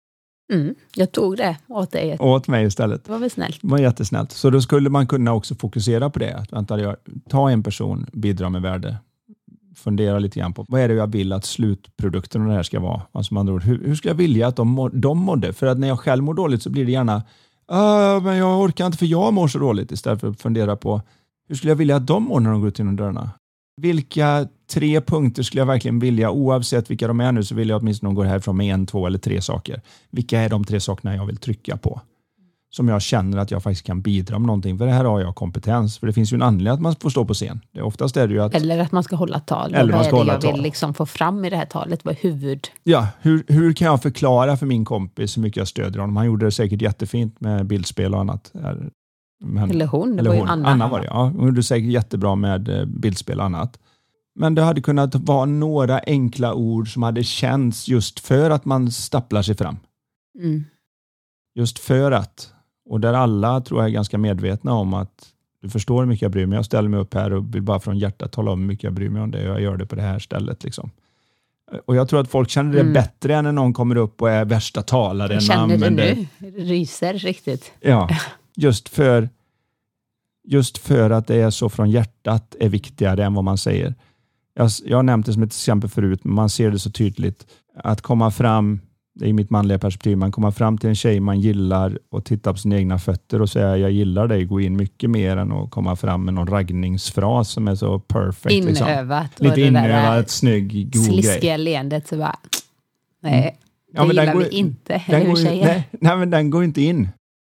Jag tog det åt dig. Åt mig istället. Det var väl snällt. Det var jättesnällt. Så då skulle man kunna också fokusera på det. Att, vänta, ta en person, bidra med värde. Fundera lite grann på vad är det jag vill att slutprodukten av det här ska vara. Alltså man tror, hur ska jag vilja att de mådde? För att när jag själv mår dåligt så blir det gärna men jag orkar inte för jag mår så dåligt, istället för att fundera på hur skulle jag vilja att de mår när de går ut genom dörrarna? Vilka 3 punkter skulle jag verkligen vilja, oavsett vilka de är nu, så vill jag åtminstone gå härifrån med 1, 2 eller 3 saker. Vilka är de 3 sakerna jag vill trycka på? Som jag känner att jag faktiskt kan bidra med någonting. För det här har jag kompetens. För det finns ju en anledning att man får stå på scen. Oftast är det ju att... Eller att man ska hålla tal. Eller man ska hålla tal. Jag vill liksom få fram i det här talet. Vad är huvud? Ja, hur kan jag förklara för min kompis hur mycket jag stödjer honom? Han gjorde det säkert jättefint med bildspel och annat. Eller hon. Det var ju Anna var det, ja. Hon gjorde säkert jättebra med bildspel och annat. Men det hade kunnat vara några enkla ord som hade känts just för att man stapplar sig fram. Just för att. Och där alla tror jag är ganska medvetna om att du förstår hur mycket jag bryr mig. Jag ställer mig upp här och vill bara från hjärtat tala om hur mycket jag bryr mig om det. Jag gör det på det här stället liksom. Och jag tror att folk känner det bättre än när någon kommer upp och är värsta talaren. Jag känner det nu. Det ryser riktigt. Ja, just för att det är så från hjärtat är viktigare än vad man säger. Jag har nämnt det som ett exempel förut, men man ser det så tydligt. Att komma fram, det är i mitt manliga perspektiv, man kommer fram till en tjej man gillar och titta på sina egna fötter och säga jag gillar dig, gå in mycket mer än att komma fram med någon raggningsfras som är så perfect. Inövat. Liksom. Lite inövat, snygg, god grej. Sliskiga leendet så bara, nej, det gillar vi inte. Eller hur säger nej, men den går inte in.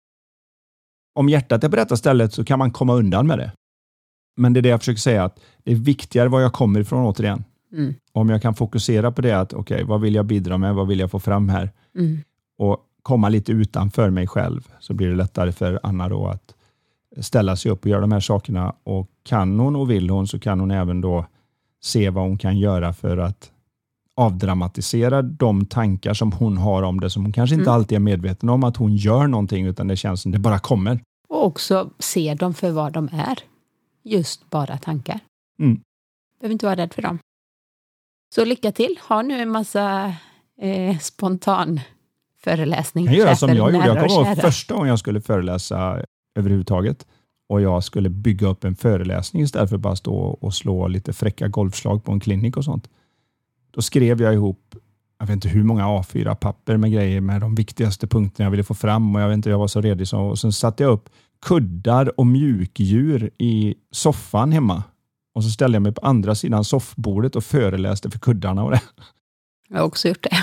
Om hjärtat är på detta stället så kan man komma undan med det. Men det är det jag försöker säga, att det är viktigare var jag kommer ifrån återigen. Om jag kan fokusera på det, att okej, vad vill jag bidra med, vad vill jag få fram här? Och komma lite utanför mig själv, så blir det lättare för Anna då att ställa sig upp och göra de här sakerna. Och kan hon och vill hon, så kan hon även då se vad hon kan göra för att avdramatisera de tankar som hon har om det, som hon kanske inte alltid är medveten om att hon gör någonting, utan det känns som det bara kommer. Och också se dem för vad de är. Just bara tankar. Behöver inte vara rädd för dem. Så lycka till. Ha nu en massa spontan föreläsning. Jag gör som jag gjorde. Jag kommer ihåg första gången jag skulle föreläsa överhuvudtaget. Och jag skulle bygga upp en föreläsning istället för att bara stå och slå lite fräcka golfslag på en klinik och sånt. Då skrev jag ihop, jag vet inte hur många A4-papper med grejer med de viktigaste punkterna jag ville få fram. Och jag vet inte, jag var så redo. Och sen satte jag upp kuddar och mjukdjur i soffan hemma. Och så ställde jag mig på andra sidan soffbordet och föreläste för kuddarna och det. Jag har också gjort det.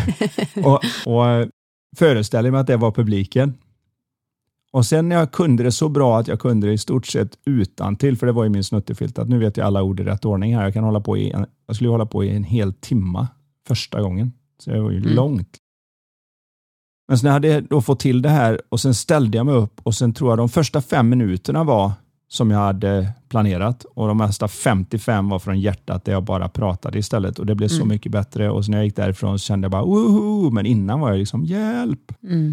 och föreställde mig att det var publiken. Och sen när jag kunde det så bra att jag kunde det i stort sett utantill, för det var ju min snuttefilt, att nu vet jag alla ord i rätt ordning här. Jag skulle hålla på i en hel timma första gången. Så det var ju långt. Men sen hade jag då fått till det här och sen ställde jag mig upp och sen tror jag de första 5 minuterna var som jag hade planerat och de nästa 55 var från hjärtat där jag bara pratade istället, och det blev så mycket bättre. Och sen när jag gick därifrån så kände jag bara woho, men innan var jag liksom hjälp.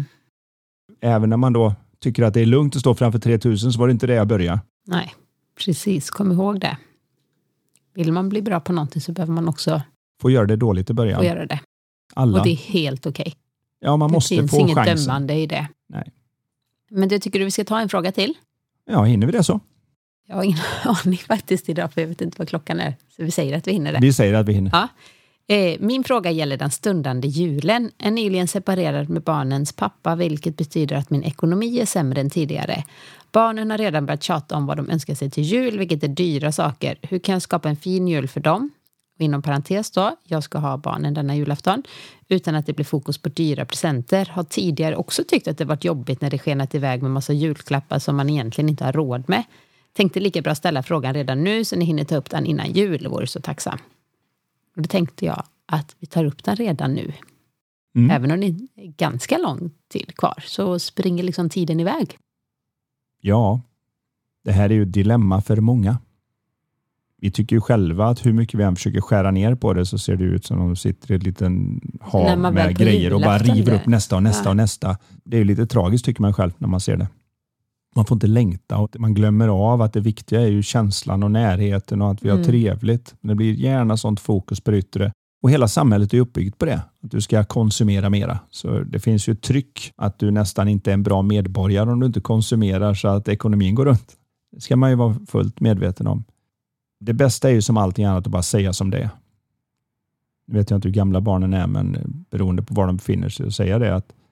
Även när man då tycker att det är lugnt att stå framför 3000 så var det inte det jag började. Nej, precis. Kom ihåg det. Vill man bli bra på någonting så behöver man också få göra det dåligt i början. Få göra det. Alla. Och det är helt okej. Ja, man måste få chansen. Det finns inget dömande i det. Nej. Men det tycker du vi ska ta en fråga till? Ja, hinner vi det så? Jag har ingen aning faktiskt idag, för jag vet inte vad klockan är. Så vi säger att vi hinner det. Vi säger att vi hinner. Ja. Min fråga gäller den stundande julen. Är nyligen separerad med barnens pappa, vilket betyder att min ekonomi är sämre än tidigare. Barnen har redan börjat tjata om vad de önskar sig till jul, vilket är dyra saker. Hur kan jag skapa en fin jul för dem? Och inom parentes då, jag ska ha barnen denna julafton utan att det blir fokus på dyra presenter. Har tidigare också tyckt att det varit jobbigt när det skenat iväg med massa julklappar som man egentligen inte har råd med. Tänkte lika bra ställa frågan redan nu så ni hinner ta upp den innan jul, vore så tacksam. Och då tänkte jag att vi tar upp den redan nu. Även om det är ganska lång tid kvar så springer liksom tiden iväg. Ja, det här är ju ett dilemma för många. Vi tycker ju själva att hur mycket vi än försöker skära ner på det så ser det ut som om de sitter i ett liten hav med grejer och bara river upp nästa och nästa och nästa. Det är ju lite tragiskt tycker man själv när man ser det. Man får inte längta och man glömmer av att det viktiga är ju känslan och närheten och att vi har trevligt. Men det blir gärna sånt fokus på det yttre. Och hela samhället är uppbyggt på det. Att du ska konsumera mera. Så det finns ju ett tryck att du nästan inte är en bra medborgare om du inte konsumerar så att ekonomin går runt. Det ska man ju vara fullt medveten om. Det bästa är ju som allting annat att bara säga som det är. Nu vet jag inte hur gamla barnen är, men beroende på var de befinner sig, och säga det att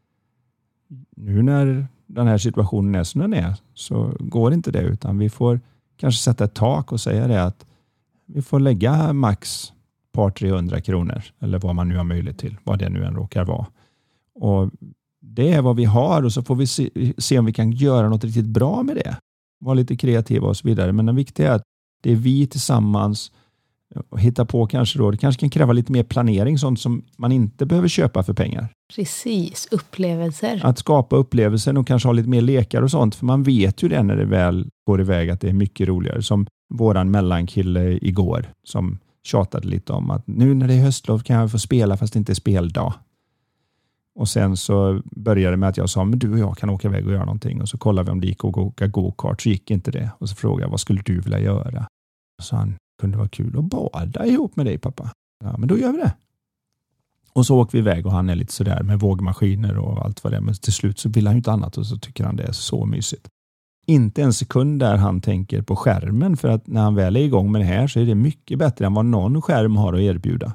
nu när den här situationen är som den är så går inte det, utan vi får kanske sätta ett tak och säga det att vi får lägga max 200-300 kronor eller vad man nu har möjlighet till, vad det nu än råkar vara. Och det är vad vi har, och så får vi se om vi kan göra något riktigt bra med det. Vara lite kreativa och så vidare, men det viktiga är att det är vi tillsammans och hitta på kanske då. Det kanske kan kräva lite mer planering, sånt som man inte behöver köpa för pengar. Precis, upplevelser. Att skapa upplevelser och kanske ha lite mer lekar och sånt, för man vet ju det när det väl går iväg att det är mycket roligare. Som våran mellankille igår som tjatade lite om att nu när det är höstlov kan jag få spela fast det inte är speldag. Och sen så började det med att jag sa, men du och jag kan åka iväg och göra någonting. Och så kollade vi om det gick att åka go-kart, så gick inte det. Och så frågade jag, vad skulle du vilja göra? Och så han, kunde vara kul att bada ihop med dig pappa. Ja, men då gör vi det. Och så åker vi iväg och han är lite sådär med vågmaskiner och allt vad det är. Men till slut så vill han ju inte annat och så tycker han det är så mysigt. Inte en sekund där han tänker på skärmen, för att när han väl är igång med det här så är det mycket bättre än vad någon skärm har att erbjuda.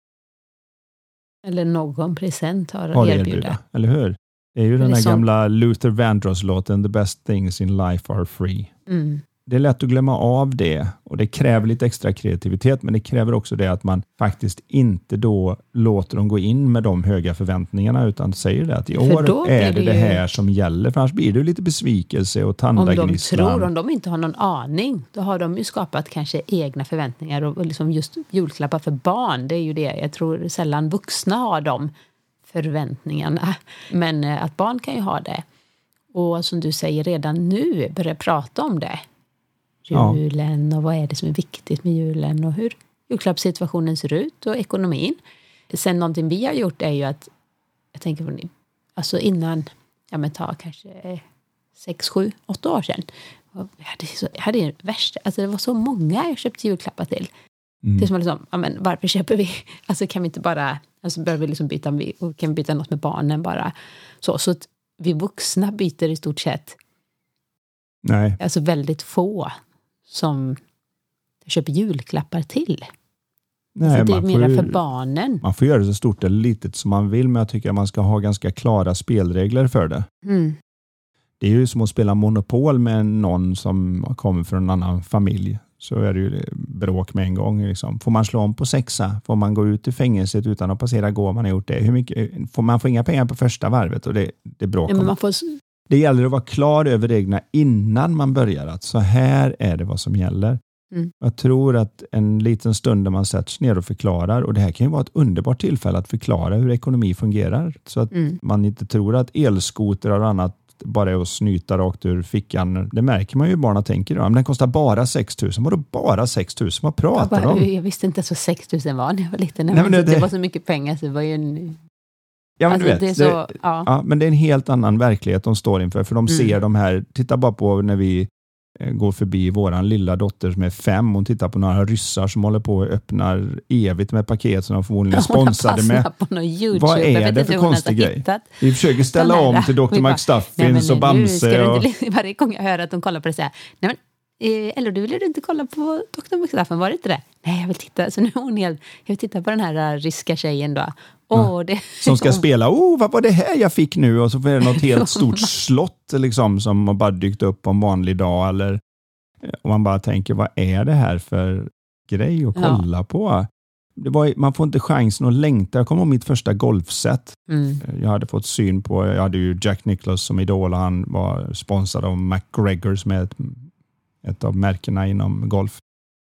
Eller någon present har att erbjuda. Eller hur? Det är ju den här gamla Luther Vandross-låten The best things in life are free. Mm. Det är lätt att glömma av det, och det kräver lite extra kreativitet, men det kräver också det att man faktiskt inte då låter dem gå in med de höga förväntningarna, utan säger det att i år är det här som gäller, för annars blir det lite besvikelse och tandagnisslan. Om de inte har någon aning, då har de ju skapat kanske egna förväntningar, och liksom just julklappar för barn, det är ju det. Jag tror sällan vuxna har de förväntningarna, men att barn kan ju ha det. Och som du säger, redan nu börja prata om det. Julen och vad är det som är viktigt med julen och hur julklappssituationen ser ut och ekonomin. Sen någonting vi har gjort är ju att, jag tänker på, alltså innan, ta kanske 6, 7, 8 år sedan. Jag hade det värsta, alltså det var så många jag köpte julklappar till. Det är som liksom, varför köper vi? Alltså kan vi inte bara, alltså börjar vi liksom kan vi byta något med barnen bara. Så att vi vuxna byter i stort sett. Nej. Alltså väldigt få som köper julklappar till. Nej, det är mer för barnen. Man får göra det så stort eller litet som man vill, men jag tycker att man ska ha ganska klara spelregler för det. Mm. Det är ju som att spela Monopol med någon som kommer från en annan familj. Så är det ju bråk med en gång. Liksom. Får man slå om på 6? Får man gå ut i fängelset utan att passera gå? Man har gjort det. Hur mycket, man får inga pengar på första varvet, och det bråkar. Men man får... Det gäller att vara klar över reglerna innan man börjar. Att så här är det vad som gäller. Mm. Jag tror att en liten stund där man sätts ner och förklarar, och det här kan ju vara ett underbart tillfälle att förklara hur ekonomi fungerar. Så att man inte tror att elskoter och annat bara är att snyta rakt ur fickan. Det märker man ju, barnen tänker då. Men den kostar bara 6 000. Vadå bara 6 000? Vad pratar de om? Jag visste inte så 6 000 var när jag var liten. Det var så mycket pengar så det var ju en... Ja, men alltså, du vet, men det är en helt annan verklighet de står inför, för de ser de här, titta bara på när vi går förbi våran lilla dotter som är 5, hon tittar på några ryssar som håller på och öppnar evigt med paket som de förmodligen sponsrade med. Vad är det för konstig grej? Vi försöker ställa om till Dr. McStuffins och Bamse. Varje gång jag hör att de kollar på det så här, nej men eller du ville inte kolla på Dr. McStuffin, var det inte det? Nej, jag vill titta. Så nu är hon jag vill titta på den här ryska tjejen då. Som ska spela, vad var det här jag fick nu? Och så är det något helt stort slott liksom, som har bara dykt upp på en vanlig dag. Eller, och man bara tänker, vad är det här för grej att kolla på? Man får inte chansen att längta. Jag kommer ihåg mitt första golfset. Jag hade fått syn på, jag hade ju Jack Nicklaus som idol, och han var sponsrad av McGregor som är ett av märkena inom golf.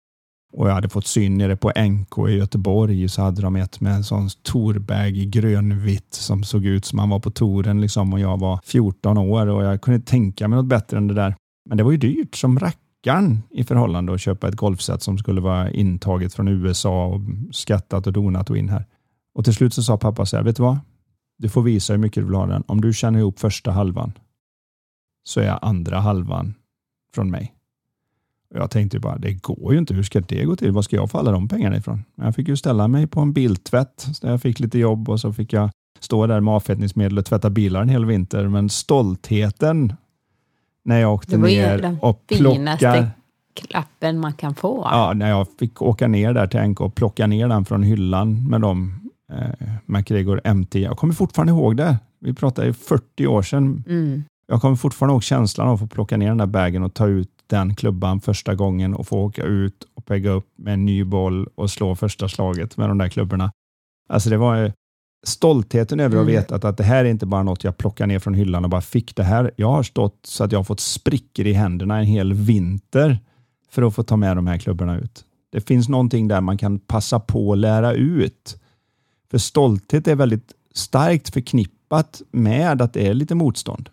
Och jag hade fått syn nere på NK i Göteborg, så hade de ett med en sån tourbag i grönvitt som såg ut som man var på touren liksom, och jag var 14 år och jag kunde tänka mig något bättre än det där. Men det var ju dyrt som rackarn i förhållande att köpa ett golfset som skulle vara intaget från USA och skattat och donat och in här. Och till slut så sa pappa så här, vet du vad? Du får visa hur mycket du vill ha den. Om du känner ihop första halvan så är andra halvan från mig. Jag tänkte bara, det går ju inte. Hur ska det gå till? Vad ska jag få alla de pengarna ifrån? Jag fick ju ställa mig på en biltvätt. Där jag fick lite jobb och så fick jag stå där med avfettningsmedel och tvätta bilar en hel vinter. Men stoltheten när jag åkte ner och plockade... klappen man kan få. Ja, när jag fick åka ner där till NK och plocka ner den från hyllan med de MacGregor MT. Jag kommer fortfarande ihåg det. Vi pratade i 40 år sedan. Jag kommer fortfarande ihåg känslan av att få plocka ner den där bagen och ta ut den klubban första gången och få åka ut och pegga upp med en ny boll och slå första slaget med de där klubborna. Alltså det var stoltheten över att veta att det här är inte bara något jag plockar ner från hyllan och bara fick det här. Jag har stått så att jag har fått sprickor i händerna en hel vinter för att få ta med de här klubborna ut. Det finns någonting där man kan passa på att lära ut. För stolthet är väldigt starkt förknippat med att det är lite motstånd.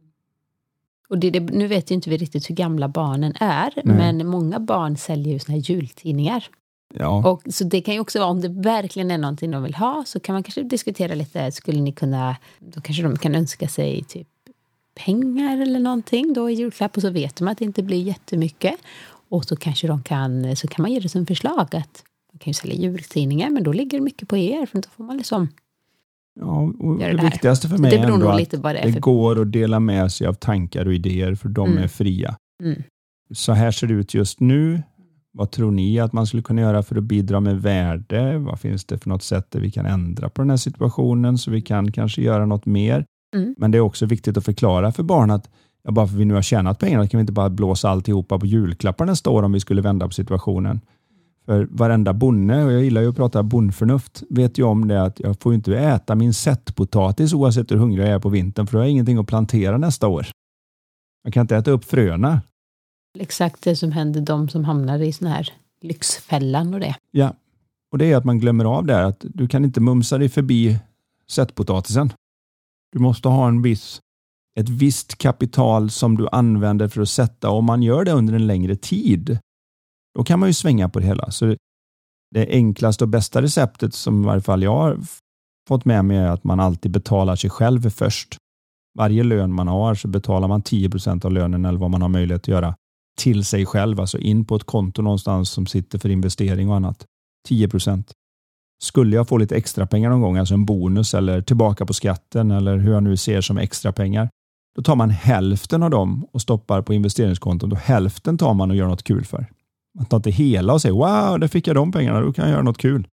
Och nu vet ju inte vi riktigt hur gamla barnen är. Nej. Men många barn säljer ju såna här jultidningar. Ja. Och så det kan ju också vara, om det verkligen är någonting de vill ha, så kan man kanske diskutera lite, skulle ni kunna, då kanske de kan önska sig typ pengar eller någonting då i julklapp, och så vet de att det inte blir jättemycket. Och så kanske så kan man ge det som förslag att man kan ju sälja jultidningar, men då ligger det mycket på er, för då får man liksom och det viktigaste för mig är ändå att det går att dela med sig av tankar och idéer, för de är fria. Så här ser det ut just nu. Vad tror ni att man skulle kunna göra för att bidra med värde? Vad finns det för något sätt där vi kan ändra på den här situationen så vi kan kanske göra något mer? Men det är också viktigt att förklara för barn att bara för vi nu har tjänat pengar kan vi inte bara blåsa alltihopa på julklappar nästa år om vi skulle vända på situationen. För varenda bonde, och jag gillar ju att prata bondförnuft, vet ju om det att jag får ju inte äta min sättpotatis oavsett hur hungrig jag är på vintern, för då har jag ingenting att plantera nästa år. Jag kan inte äta upp fröna. Exakt det som händer de som hamnar i sån här lyxfällan och det. Ja, och det är att man glömmer av det, att du kan inte mumsa dig förbi sättpotatisen. Du måste ha ett visst kapital som du använder för att sätta, och om man gör det under en längre tid, då kan man ju svänga på det hela. Så det enklaste och bästa receptet som i varje fall jag har fått med mig är att man alltid betalar sig själv först. Varje lön man har så betalar man 10% av lönen eller vad man har möjlighet att göra till sig själv, alltså in på ett konto någonstans som sitter för investering och annat. 10%. Skulle jag få lite extra pengar någon gång, alltså en bonus eller tillbaka på skatten eller hur jag nu ser som extra pengar, då tar man hälften av dem och stoppar på investeringskonton, och hälften tar man och gör något kul för. Man tar inte hela och säger wow, där fick jag de pengarna, då kan jag göra något kul.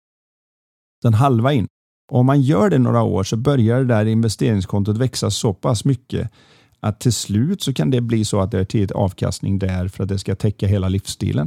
Den halva in. Och om man gör det några år så börjar det där investeringskontot växa så pass mycket att till slut så kan det bli så att det är tid avkastning där för att det ska täcka hela livsstilen.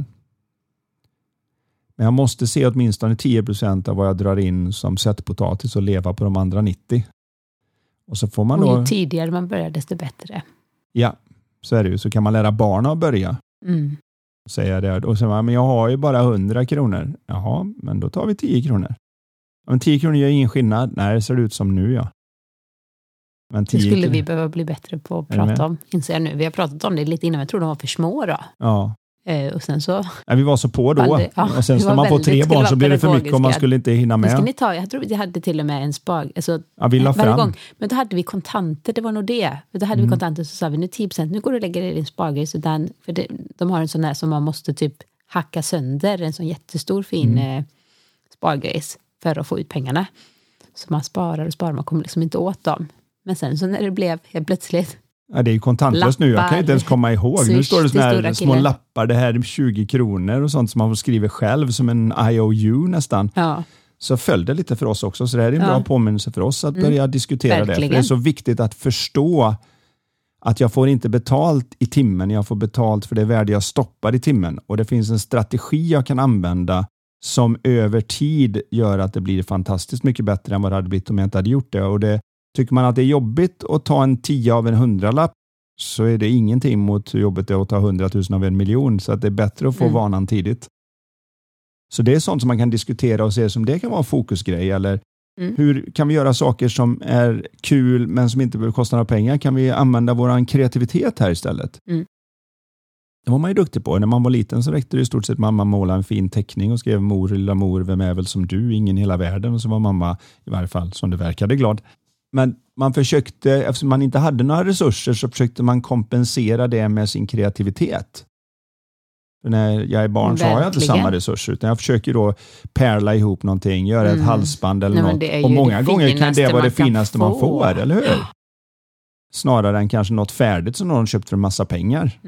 Men jag måste se åtminstone 10% av vad jag drar in som sättpotatis och leva på de andra 90%. Och så får man och ju tidigare man börjar desto bättre. Ja, så är det ju. Så kan man lära barnen att börja. Säga det. Och så, men jag har ju bara 100 kronor. Jaha, men då tar vi 10 kronor. Men 10 kronor gör ingen skillnad. Nej, det ser ut som nu, ja. Men det skulle vi behöva bli bättre på att prata om. Inser jag nu. Vi har pratat om det lite innan. Jag tror de var för små då. Ja. Och sen så... Ja, vi var så på då. Och sen när man får 3 barn så blir det för mycket och man skulle inte hinna med. Ska ni ta, jag tror vi hade till och med en spag. Alltså, vi la fram. Gång. Men då hade vi kontanter, det var nog det. Då hade vi kontanter, så sa vi nu 10%. Nu går du och lägger det i din spagris. För de har en sån där som man måste typ hacka sönder. En sån jättestor fin spagris för att få ut pengarna. Så man sparar och sparar. Man kommer liksom inte åt dem. Men sen så när det blev helt plötsligt... Ja, det är ju kontantlöst nu. Jag kan inte ens komma ihåg. Nu står det såna här små lappar. Det här är 20 kronor och sånt som man får skriva själv som en IOU nästan. Ja. Så föll det lite för oss också. Så det här är en bra påminnelse för oss att börja diskutera det. För det är så viktigt att förstå att jag får inte betalt i timmen. Jag får betalt för det värde jag stoppar i timmen. Och det finns en strategi jag kan använda som över tid gör att det blir fantastiskt mycket bättre än vad det hade blivit om jag inte hade gjort det. Och det tycker man att det är jobbigt att ta en 10 av en 100-lapp, så är det ingenting mot hur jobbigt det är att ta 100 000 av 1 miljon. Så att det är bättre att få vanan tidigt. Så det är sånt som man kan diskutera och se som det kan vara en fokusgrej. Eller hur kan vi göra saker som är kul men som inte behöver kosta några pengar? Kan vi använda vår kreativitet här istället? Det var man ju duktig på. När man var liten så räckte det i stort sett mamma måla en fin teckning och skrev mor, lilla mor, vem är väl som du? Ingen i hela världen. Och så var mamma, i varje fall som det verkade, glad. Men man försökte, eftersom man inte hade några resurser så försökte man kompensera det med sin kreativitet. För när jag är barn så har jag inte samma resurser, utan jag försöker då pärla ihop någonting, göra ett halsband eller något. Och många gånger kan det vara det finaste man får, eller hur? Snarare än kanske något färdigt som någon köpt för en massa pengar.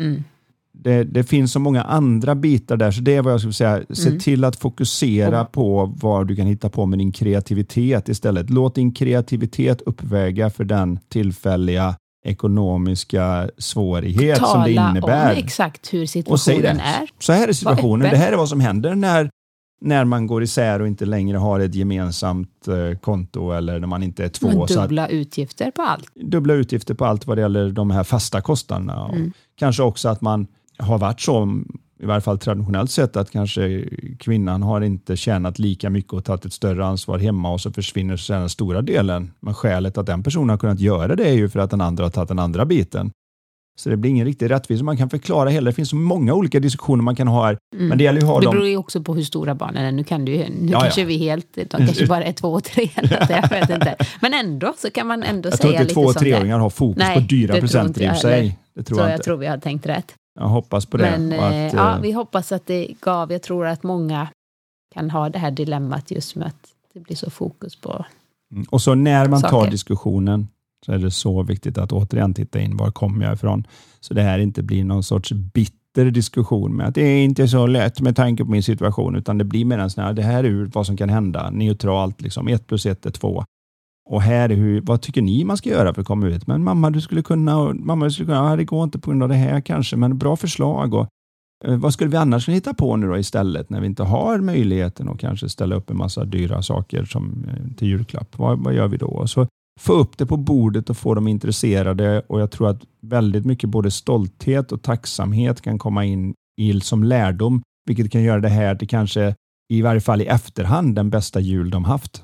Det finns så många andra bitar där, så det är vad jag skulle säga. Se till att fokusera på vad du kan hitta på med din kreativitet istället. Låt din kreativitet uppväga för den tillfälliga ekonomiska svårighet som det innebär. Om exakt hur situationen är. Så här är situationen. Det här är vad som händer när man går isär och inte längre har ett gemensamt konto, eller när man inte är två. Dubbla utgifter på allt. Dubbla utgifter på allt vad det gäller de här fasta kostnaderna. Och kanske också att man har varit så, i varje fall traditionellt sett, att kanske kvinnan har inte tjänat lika mycket och tagit ett större ansvar hemma, och så försvinner så den stora delen. Men skälet att den personen har kunnat göra det är ju för att den andra har tagit den andra biten. Så det blir ingen riktig rättvisa. Man kan förklara hela. Det finns så många olika diskussioner man kan ha här. Men det gäller ju att ha det beror ju också på hur stora barnen är. Nu kanske vi helt, de kanske bara är 2 och 3. Jag vet inte. Men ändå så kan man ändå säga lite sånt. Jag tror inte 2- och 3-åringar har fokus på dyra presenter i sig. Det tror jag tror vi har tänkt rätt. Jag hoppas på det. Men vi hoppas att det gav. Jag tror att många kan ha det här dilemmat just med att det blir så fokus på och så när man tar diskussionen, så är det så viktigt att återigen titta in, var kommer jag ifrån? Så det här inte blir någon sorts bitter diskussion med att det är inte så lätt med tanke på min situation, utan det blir mer en sån här, det här är vad som kan hända, neutralt liksom, 1 + 1 är 2. Och här är vad tycker ni man ska göra för att komma ut? Men mamma, du skulle kunna, det går inte på grund av det här kanske, men bra förslag. Och vad skulle vi annars hitta på nu då istället, när vi inte har möjligheten att kanske ställa upp en massa dyra saker som till julklapp? Vad gör vi då? Och så få upp det på bordet och få dem intresserade, och jag tror att väldigt mycket både stolthet och tacksamhet kan komma in som lärdom, vilket kan göra det här till kanske, i varje fall i efterhand, den bästa jul de haft.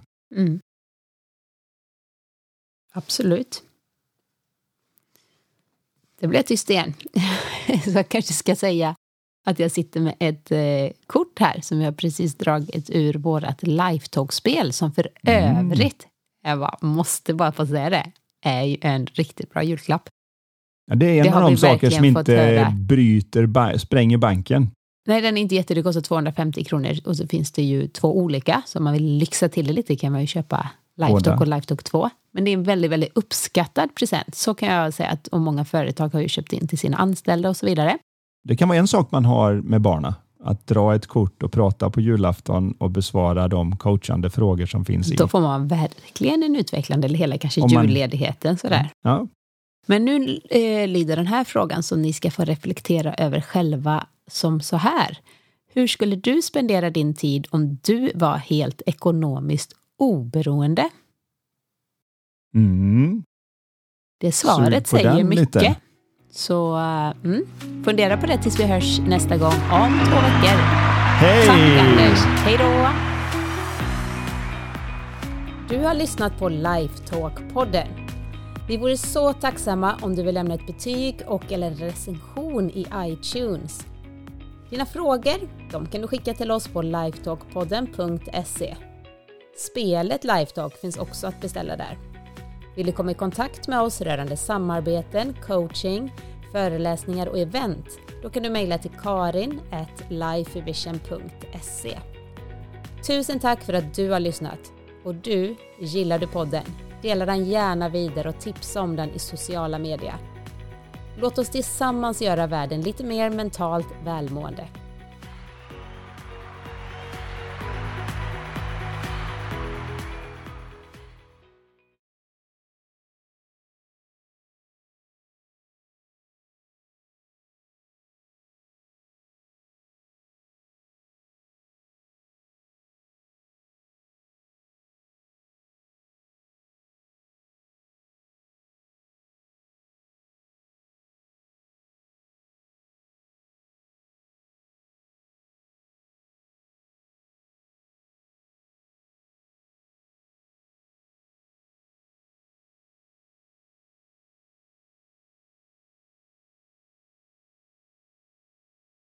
Absolut. Det blir tyst igen. Så jag kanske ska säga att jag sitter med ett kort här som jag precis dragit ur vårat Lifetalk-spel, som för övrigt, jag måste bara få säga det, är ju en riktigt bra julklapp. Ja, det är en av de saker som inte spränger banken. Nej, den är inte jätte, det kostar 250 kronor, och så finns det ju 2 olika, så om man vill lyxa till det lite kan man ju köpa Lifetalk och Lifetalk 2. Men det är en väldigt, väldigt uppskattad present. Så kan jag säga att, och många företag har ju köpt in till sina anställda och så vidare. Det kan vara en sak man har med barna. Att dra ett kort och prata på julafton och besvara de coachande frågor som finns i. Då får man verkligen en utvecklande, eller hela kanske julledigheten sådär. Ja. Men nu lyder den här frågan som ni ska få reflektera över själva som så här. Hur skulle du spendera din tid om du var helt ekonomiskt oberoende? Det svaret säger mycket. Lite. Så fundera på det tills vi hörs nästa gång om 2 veckor. Hej! Tack Anders. Hej då! Du har lyssnat på Lifetalk-podden. Vi vore så tacksamma om du vill lämna ett betyg och eller recension i iTunes. Dina frågor, de kan du skicka till oss på lifetalkpodden.se. Spelet Lifetalk finns också att beställa där. Vill du komma i kontakt med oss rörande samarbeten, coaching, föreläsningar och event, då kan du mejla till karin@lifevision.se. Tusen tack för att du har lyssnat. Och gillar du podden? Dela den gärna vidare och tipsa om den i sociala medier. Låt oss tillsammans göra världen lite mer mentalt välmående.